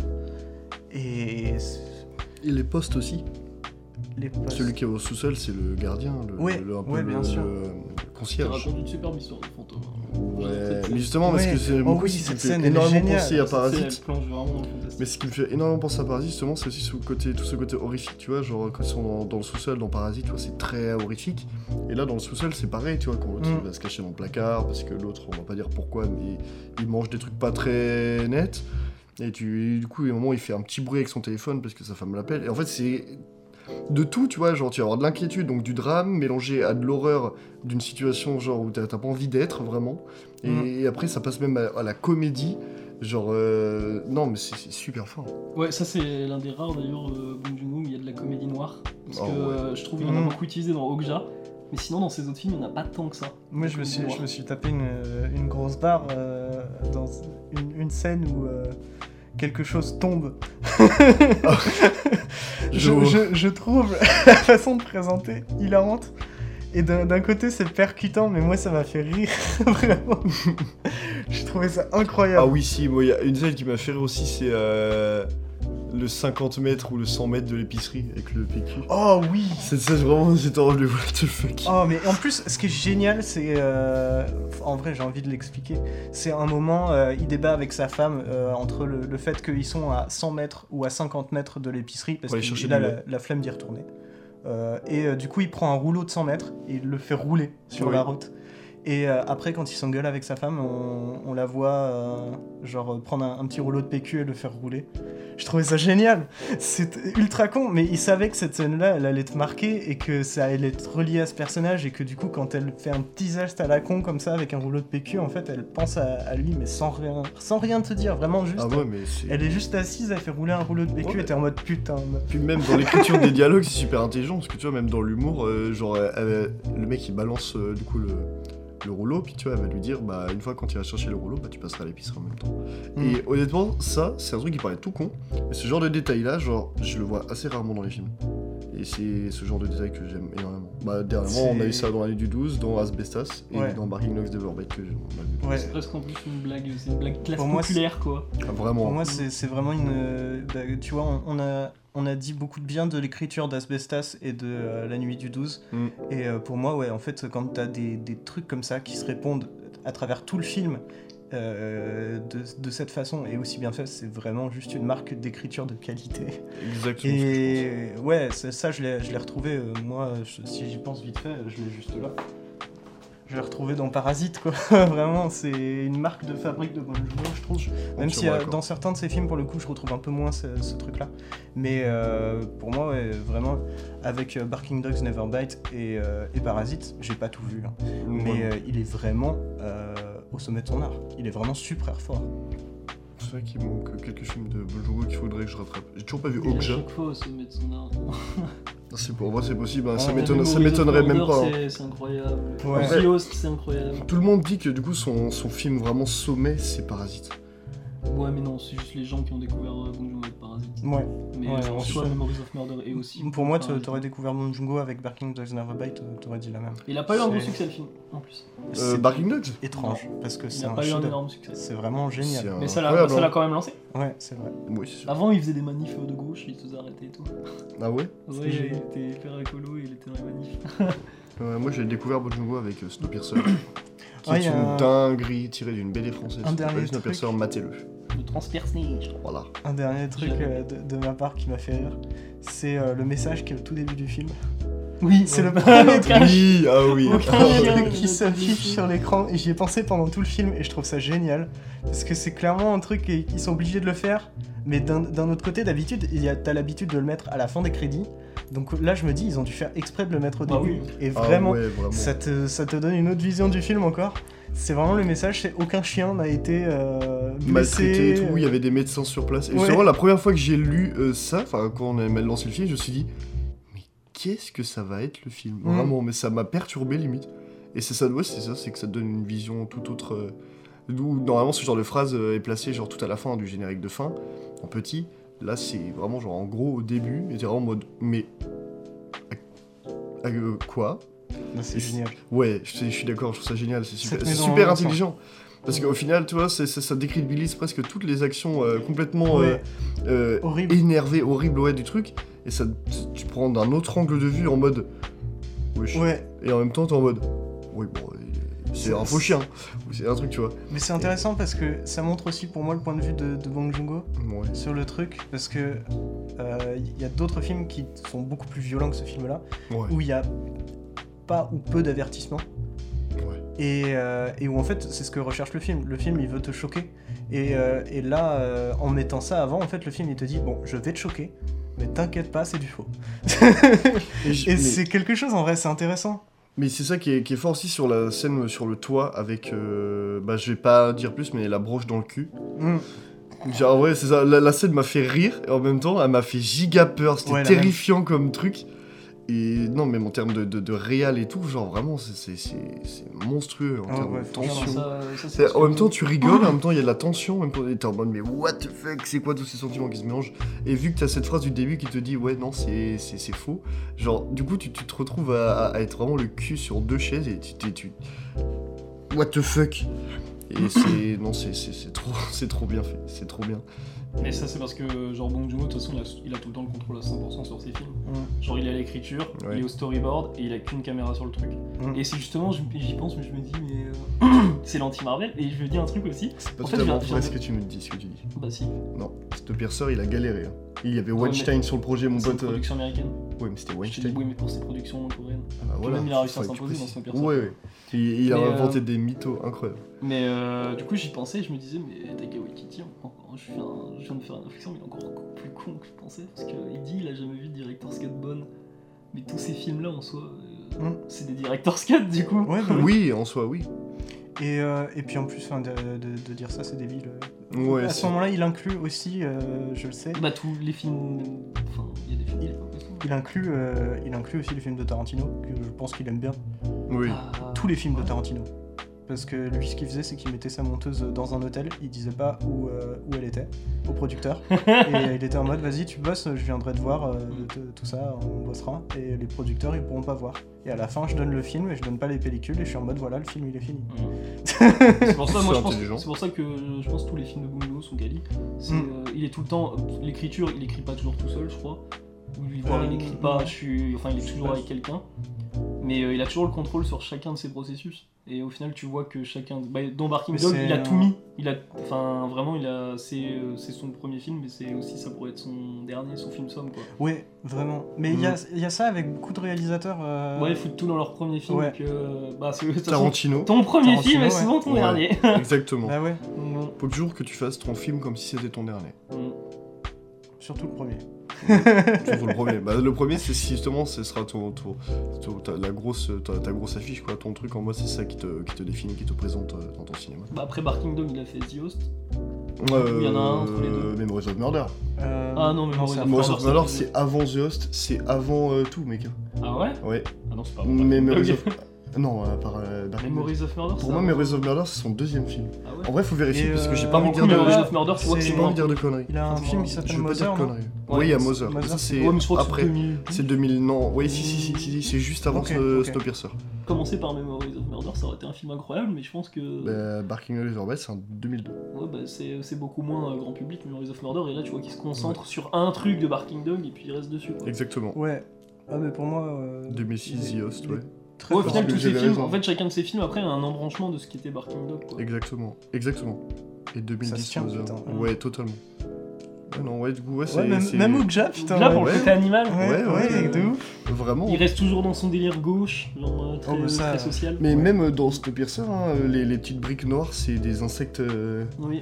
Et les postes aussi. les postes. Celui qui est au sous-sol, c'est le gardien, un peu bien sûr. le Ça concierge. raconte une superbe histoire de fantôme. Ouais, mais justement, parce Ouais. que c'est Oh beaucoup oui, ce qui me cette fait scène, elle est énormément géniale. penser à Elle Parasite. plonge vraiment dans le fantastique. Mais ce qui me fait énormément penser à Parasite, justement, c'est aussi tout ce côté horrifique, tu vois, genre quand ils sont dans le sous-sol, dans Parasite, tu vois, c'est très horrifique. Et là, dans le sous-sol, c'est pareil, tu vois, quand l'autre il va se cacher dans le placard, parce que l'autre, on va pas dire pourquoi, mais il mange des trucs pas très nets. Et du coup, à un moment, il fait un petit bruit avec son téléphone parce que sa femme l'appelle. Et en fait, c'est de tout, tu vois, genre tu vas avoir de l'inquiétude, donc du drame, mélangé à de l'horreur d'une situation genre où t'as pas envie d'être vraiment. Et après, ça passe même à la comédie. Genre, non, mais c'est super fort. Ouais, ça c'est l'un des rares d'ailleurs Bong Joon-ho où il y a de la comédie noire. Parce Oh, que je trouve qu'il y en a beaucoup utilisé dans Okja. Mais sinon, dans ses autres films, il n'y en a pas tant que ça. Moi, je me suis tapé une grosse barre dans une scène où quelque chose tombe. Je trouve la façon de présenter hilarante. Et d'un côté, c'est percutant, mais moi, ça m'a fait rire, vraiment. J'ai trouvé ça incroyable. Ah oui, si, moi, il y a une scène qui m'a fait rire aussi, c'est le 50 mètres ou le 100 mètres de l'épicerie avec le PQ. Oh oui. Cette scène, vraiment, c'était horrible de what the fuck. Oh, mais en plus, ce qui est génial, c'est... en vrai, j'ai envie de l'expliquer. C'est un moment, il débat avec sa femme entre le fait qu'ils sont à 100 mètres ou à 50 mètres de l'épicerie, parce Pour aller qu'il chercher a du lait. la flemme d'y retourner. Du coup, il prend un rouleau de 100 mètres et il le fait rouler sur Oui. la route. Et après, quand il s'engueule avec sa femme, on la voit prendre un petit rouleau de PQ et le faire rouler. Je trouvais ça génial. C'était ultra con, mais il savait que cette scène-là, elle allait te marquer et que ça allait être relié à ce personnage et que du coup, quand elle fait un petit geste à la con comme ça avec un rouleau de PQ, en fait, elle pense à lui, mais sans rien te dire, vraiment juste. Ah ouais, mais c'est... Elle est juste assise, elle fait rouler un rouleau de PQ Ouais. et t'es en mode putain. Puis même dans l'écriture des dialogues, c'est super intelligent, parce que tu vois, même dans l'humour, le mec il balance du coup le rouleau, puis tu vois, elle va lui dire, bah une fois quand il va chercher le rouleau, bah tu passeras à l'épicerie en même temps. Et honnêtement, ça, c'est un truc qui paraît tout con, mais ce genre de détail-là, genre, je le vois assez rarement dans les films. Et c'est ce genre de détail que j'aime énormément. Bah dernièrement, on a eu ça dans l'année du 12, dans Asbestas, et Ouais. dans Barking Dogs de Verbeek que on a vu. Ouais. C'est presque en plus une blague, c'est une blague classe Pour moi, populaire quoi. Ah, vraiment. Pour moi, c'est vraiment une. Tu vois, on a. on a dit beaucoup de bien de l'écriture d'Asbestas et de La Nuit du 12. Et pour moi, ouais, en fait, quand t'as des trucs comme ça qui se répondent à travers tout le film de cette façon et aussi bien fait, c'est vraiment juste une marque d'écriture de qualité. Exactement. Et ouais, ça je l'ai retrouvé, moi, si j'y pense vite fait, je l'ai juste là. Je l'ai retrouvé dans Parasite, quoi. Vraiment, c'est une marque de fabrique de Bong Joon-ho, je trouve. Même si dans certains de ses films, pour le coup, je retrouve un peu moins ce truc-là. Mais pour moi, ouais, vraiment, avec Barking Dogs Never Bite et Parasite, j'ai pas tout vu. Hein. Mais il est vraiment au sommet de son art. Il est vraiment super fort. C'est vrai qu'il manque quelques films de Bong Joon-ho qu'il faudrait que je rattrape. J'ai toujours pas vu Okja. À chaque fois au sommet de son art. En vrai, c'est possible, hein. Ça m'étonnerait même pas. C'est incroyable. Ouais. Lost, c'est incroyable. Tout le monde dit que du coup, son film vraiment sommet, c'est Parasite. Ouais, mais non, c'est juste les gens qui ont découvert Bong Joon-ho avec Parasite. Ouais. Mais Ouais, soit Memories of Murder et aussi. Pour moi, Parasite. t'aurais découvert Bong Joon-ho avec Barking Dogs Never Bite, t'aurais dit la même. Il a pas eu un gros C'est- succès le film, en plus. C'est Barking Dogs étrange, parce que Il c'est n'a un pas eu un chef-d'œuvre. énorme succès. C'est vraiment génial. C'est Mais ça l'a incroyable, quand même lancé. Ouais, c'est vrai. Oui, c'est sûr. Avant, il faisait des manifs de gauche, il se faisait arrêter et tout. Ah ouais Ouais, il génial. était hyper écolo et il était dans les manifs. Moi, j'ai découvert Bong Joon-ho avec Snowpiercer, qui Ouais, est y a une dinguerie tirée d'une BD française. Un dernier Pas Snowpiercer, truc. matez-le. Le transpersonnage. Voilà. Un dernier truc de ma part qui m'a fait rire, c'est le message qui est au tout début du film. Oui, C'est le ouais. premier truc Oui, ah oui. qui s'affiche sur l'écran et j'y ai pensé pendant tout le film et je trouve ça génial parce que c'est clairement un truc qu'ils sont obligés de le faire, mais d'un autre côté d'habitude t'as l'habitude de le mettre à la fin des crédits, donc là je me dis ils ont dû faire exprès de le mettre au Ah début oui. et Ah vraiment, ouais, vraiment. ça te donne une autre vision du film encore. C'est vraiment le message, c'est aucun chien n'a été blessé. Maltraité et tout, il y avait des médecins sur place. Et Ouais. justement, la première fois que j'ai lu ça, enfin quand on a lancé le film, je me suis dit, mais qu'est-ce que ça va être le film Vraiment, mais ça m'a perturbé limite. Et c'est ça, c'est que ça te donne une vision tout autre. D'où normalement ce genre de phrase est placé genre tout à la fin du générique de fin, en petit. Là, c'est vraiment genre en gros au début, et t'es vraiment en mode, mais quoi Non, c'est génial. Ouais, je suis d'accord, je trouve ça génial, c'est Cette super, c'est maison super en intelligent. Parce qu'au final, tu vois, ça décrédibilise presque toutes les actions complètement Ouais. Horrible. énervées, horribles, ouais, du truc. Et ça, tu prends d'un autre angle de vue en mode... Wesh. Ouais, Et en même temps, t'es en mode... Oui, bon, c'est un faux chien. Ou c'est un truc, tu vois. mais c'est intéressant parce que ça montre aussi pour moi le point de vue de Bong Joon-ho Ouais. sur le truc, parce que il y a d'autres films qui sont beaucoup plus violents que ce film-là, Ouais. où il y a pas ou peu d'avertissement. Ouais. Et où en fait c'est ce que recherche le film. Le film il veut te choquer. Et là en mettant ça avant, en fait le film il te dit bon je vais te choquer, mais t'inquiète pas c'est du faux. Et c'est quelque chose en vrai, c'est intéressant. Mais c'est ça qui est fort aussi sur la scène sur le toit avec... je vais pas dire plus, mais la broche dans le cul. Genre, en vrai, c'est ça. La scène m'a fait rire, et en même temps, elle m'a fait giga peur. C'était Ouais, la terrifiant comme truc. Et non, même en termes de réal et tout, genre vraiment, c'est monstrueux en Ah termes ouais, de franchement, tension. Ça, En même temps, tu rigoles, en même temps, il y a de la tension, en même temps, et t'es en mode, mais what the fuck, c'est quoi tous ces sentiments qui se mélangent? Et vu que t'as cette phrase du début qui te dit, ouais, non, c'est faux, genre, du coup, tu te retrouves à être vraiment le cul sur deux chaises, et tu what the fuck? Et c'est. Non, c'est trop bien fait, c'est trop bien. Mais ça, c'est parce que, genre, Bong Joon-ho, de toute façon, il a tout le temps le contrôle à 100% sur ses films. Genre, il est à l'écriture, Ouais. il est au storyboard, et il a qu'une caméra sur le truc. Mm. Et c'est justement, j'y pense, mais je me dis, mais c'est l'anti-Marvel. Et je me dis un truc aussi. C'est pas En fait, totalement je viens vrai de- ce que tu me dis, ce que tu dis. Bah si, Non, Snowpiercer, il a galéré. Hein. Il y avait Ouais, Weinstein sur le projet, mon c'est une pote. production américaine. Ouais, mais c'était Je te dis, Weinstein. oui, mais pour ses productions coréennes. Ah bah voilà. Même il a réussi à Faut que tu s'imposer dans précises. Snowpiercer. Ouais. Il a Mais, inventé des mythos incroyables. Mais du coup, j'y pensais, je me disais, mais Taika Waititi, je viens de faire une réflexion, mais il est encore plus con que je pensais. Parce qu'il dit, il a jamais vu de Director's Cut bonne. Mais tous ces films-là, en soi, c'est des Director's Cut, du coup. Ouais, bah, Oui, en soi, oui. et puis en plus de dire ça c'est débile. Ouais, À c'est- ce moment-là il inclut aussi, je le sais, Bah, tous les films. Enfin, il y a des films, il est pas possible. il inclut aussi les films de Tarantino, que je pense qu'il aime bien. Oui. Ah, Tous les films de Tarantino. parce que lui, ce qu'il faisait, c'est qu'il mettait sa monteuse dans un hôtel, il disait pas où elle était, au producteur, et il était en mode, vas-y, tu bosses, je viendrai te voir, tout ça, on bossera, et les producteurs, ils pourront pas voir. Et à la fin, je donne le film, et je donne pas les pellicules, et je suis en mode, voilà, le film, il est fini. C'est pour ça, moi, C'est intelligent. c'est pour ça que je pense que tous les films de Bong Joon-ho sont quali. Il est tout le temps, l'écriture, il écrit pas toujours tout seul, je crois. Voire il écrit pas, il est toujours avec quelqu'un. Mais il a toujours le contrôle sur chacun de ses processus. Et au final, tu vois que chacun. Dans Barking Dog, il a tout mis. Vraiment, c'est son premier film, mais ça pourrait être son dernier, son film somme, quoi. Ouais, vraiment. Mais il y a ça avec beaucoup de réalisateurs. Ouais, ils foutent tout dans leur premier film. Ouais. Tarantino. Ton premier Tarantino, film est ouais. souvent ton Ouais. dernier. Exactement. Bah ouais, Faut toujours que tu fasses ton film comme si c'était ton dernier. surtout le premier. Surtout le premier. Bah, le premier, c'est justement, ce sera ta grosse affiche, quoi. Ton truc en mode, c'est ça qui te définit, qui te présente dans ton cinéma. Après Barking Dog, il a fait The Host. Il y en a un entre les deux. Memories of Murder. Ah non, mais c'est Memories of Murder, c'est- c'est avant The Host, c'est avant tout, mec. Ah ouais? Ouais. Ah non, c'est pas bon. Memories of... Non, par Barking Dog. Memories of Murder, Pour moi, Memories of Murder, c'est son deuxième film. Ah ouais? En vrai, faut vérifier, Et, parce que j'ai euh, pas Par envie de contre, dire de... Memories of Murder, tu vois que c'est- c'est J'ai pas moins. envie de dire de conneries. Il a un film qui Je s'appelle veux pas dire Mother, de non conneries. Ouais, Oui, il y a c'est- Mother. Mother, Ça, c'est- c'est Ouais, mais je crois que après. c'est 2000. C'est 2000, non. Oui, si, c'est juste avant Ok, ok. Snowpiercer. Commencer par Memories of Murder, ça aurait été un film incroyable, mais je pense que. Barking Dog, c'est en 2002. Ouais, bah c'est beaucoup moins grand public, Memories of Murder, et là tu vois qu'il se concentre sur un truc de Barking Dog et puis il reste dessus. Quoi. Exactement. Ouais. Ah, mais pour moi. 2006, il est- The Host, il est ouais. Très Ouais, au fort. final, que tous ces j'avais films, raison. en fait, chacun de ces films après a un embranchement de ce qu'était Barking Dog. Quoi. Exactement. Et 2010, Ça se tient, Mother. putain. Ouais, totalement. Ouais, non, ouais, du coup, ouais, c'est. Ouais, c'est- même Ookja, putain. Là, pour ouais. le côté animal, Ouais, de ouf. Vraiment. il reste toujours dans son délire gauche, genre très, Oh, bah ça, très social. Mais Ouais. même dans Snowpiercer, hein, les petites briques noires, c'est des insectes. Oui.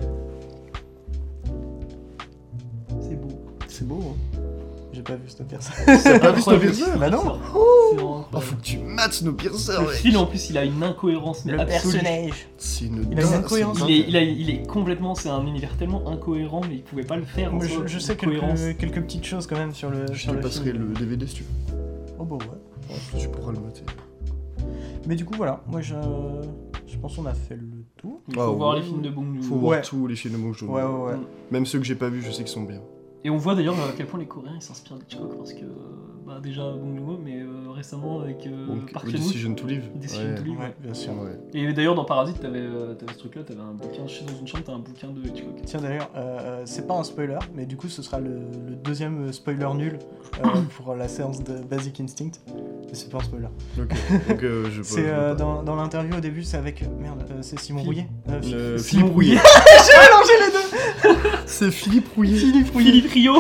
C'est beau. C'est beau, hein. J'ai pas vu Snowpiercer. T'as pas vu Incroyable. Snowpiercer? Bah non. C'est vraiment Oh, incroyable. faut que tu mates Snowpiercer, Le ouais. film en plus il a une incohérence mais Le absolue. personnage. C'est une Il a une dingue- incohérence. c'est Il dingue. est complètement, c'est un univers tellement incohérent mais il pouvait pas le faire. en Moi, soi, je sais cohérence. quelques petites choses quand même sur le Je sur te le passerai film. le DVD si tu veux. Oh bah ouais. Tu pourras le mater. Mais du coup voilà, moi je pense qu'on a fait le tour. Il faut Ah, voir ouais. les films de Bong Faut Joon-ho. voir Ouais. tous les films de Bong Joon-ho. Ouais. Même ceux que j'ai pas vus, je sais qu'ils sont bien. Et on voit d'ailleurs à quel point les Coréens ils s'inspirent d'Hitchcock parce que bah, déjà Bong Joon-ho mais récemment avec Donc, Park Chan-wook. Decision to Live. Decision to Live. Ouais, bien sûr. Ouais. Et d'ailleurs dans Parasite t'avais ce truc là, t'avais un bouquin, je suis dans une chambre, t'as un bouquin de Hitchcock. Tiens d'ailleurs, c'est pas un spoiler, mais du coup ce sera le deuxième spoiler nul pour la séance de Basic Instinct. Mais c'est pas un spoiler. Ok. Donc, je peux. C'est dans l'interview au début, c'est avec c'est Simon Rouillet. Philippe Rouillet. J'ai mélangé les deux. C'est Philippe Rouillet. Philippe Rio.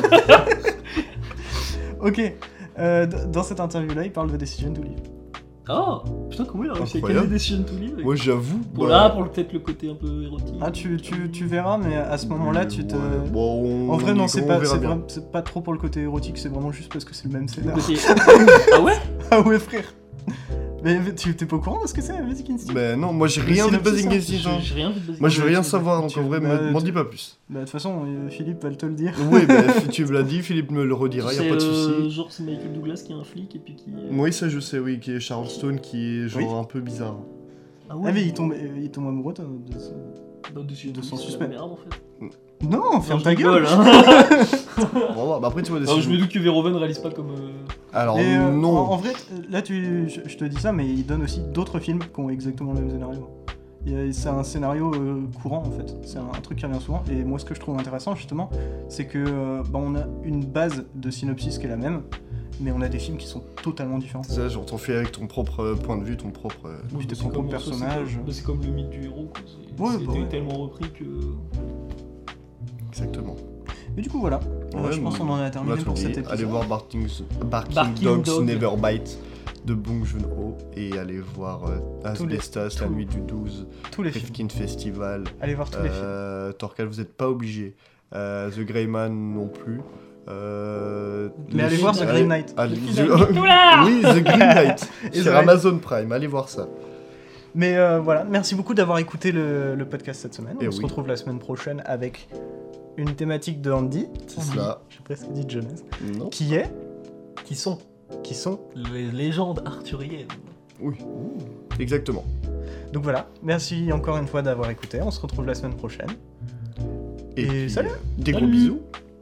Ok. Dans cette interview-là, il parle de Decision to Live. Oh putain comment il a réussi à Incroyable. caler Decision to Live. Moi, j'avoue. Pour bah, là, pour peut-être le côté un peu érotique. Ah, tu verras, mais à ce moment-là, tu te. ouais. Bon, En vrai, non, c'est on pas, verra bien. c'est pas trop pour le côté érotique, c'est vraiment juste parce que c'est le même Le scénar. côté- Ah ouais. Ah ouais, frère. Mais tu t'es pas au courant de ce que c'est, Basic Instinct? Mais non, moi j'ai Le rien vu de synopsis, Basic ça. Instinct. hein. J'ai rien vu de Basic Moi je veux rien tu- savoir, donc tu- en vrai, bah, m'en tu- dis pas plus. Bah, de toute façon, Philippe va te le dire. Oui, bah, tu me l'as dit, Philippe me le redira, y a C'est, pas de souci. genre c'est Michael Douglas qui est un flic et puis qui. Oui, ça je sais, oui, qui est Charles Stone, qui est genre Oui. un peu bizarre. Ah Ah, mais il tombe amoureux de Bah, de son c'est suspect. la merde en fait. Non, ferme Non, ta je gueule. rigole, hein. Bon, bah après, tu vois, des Alors, je me doute que Verhoeven réalise pas comme. Alors, Et, non. En vrai, là, je te dis ça, mais il donne aussi d'autres films qui ont exactement le même scénario. C'est un scénario courant en fait, c'est un truc qui revient souvent. Et moi, ce que je trouve intéressant justement, c'est que on a une base de synopsis qui est la même, mais on a des films qui sont totalement différents. C'est ça, genre t'en fais avec ton propre point de vue, ton propre. Oui, tes c'est propres comme- personnages. C'est comme le mythe du héros quoi. Ouais, C'était bah ouais. tellement repris que. Exactement. Mais du coup, voilà. Ouais, je pense qu'on en a terminé pour cet épisode. Allez voir Barking Barking Dogs Dog. Never Bite de Bong Joon-ho et allez voir Asbestas, La tous- Nuit du 12, tous les films. Rifkin Festival. Allez voir tous les films. Torcal, vous n'êtes pas obligé. The Grey Man non plus. Mais allez voir The Green Knight. Allez, Le film avec Nicolas. oui, The Green Knight Et sur The Amazon Prime. Allez voir ça. Mais voilà, merci beaucoup d'avoir écouté le podcast cette semaine. Et On se oui. retrouve la semaine prochaine avec une thématique de Andy. C'est cela. J'ai presque dit Jonas. Non. Qui est Qui sont Qui sont les légendes arthuriennes. Oui. Exactement. Donc voilà, merci encore une fois d'avoir écouté, on se retrouve la semaine prochaine. Et puis, salut. Des gros Salut. bisous.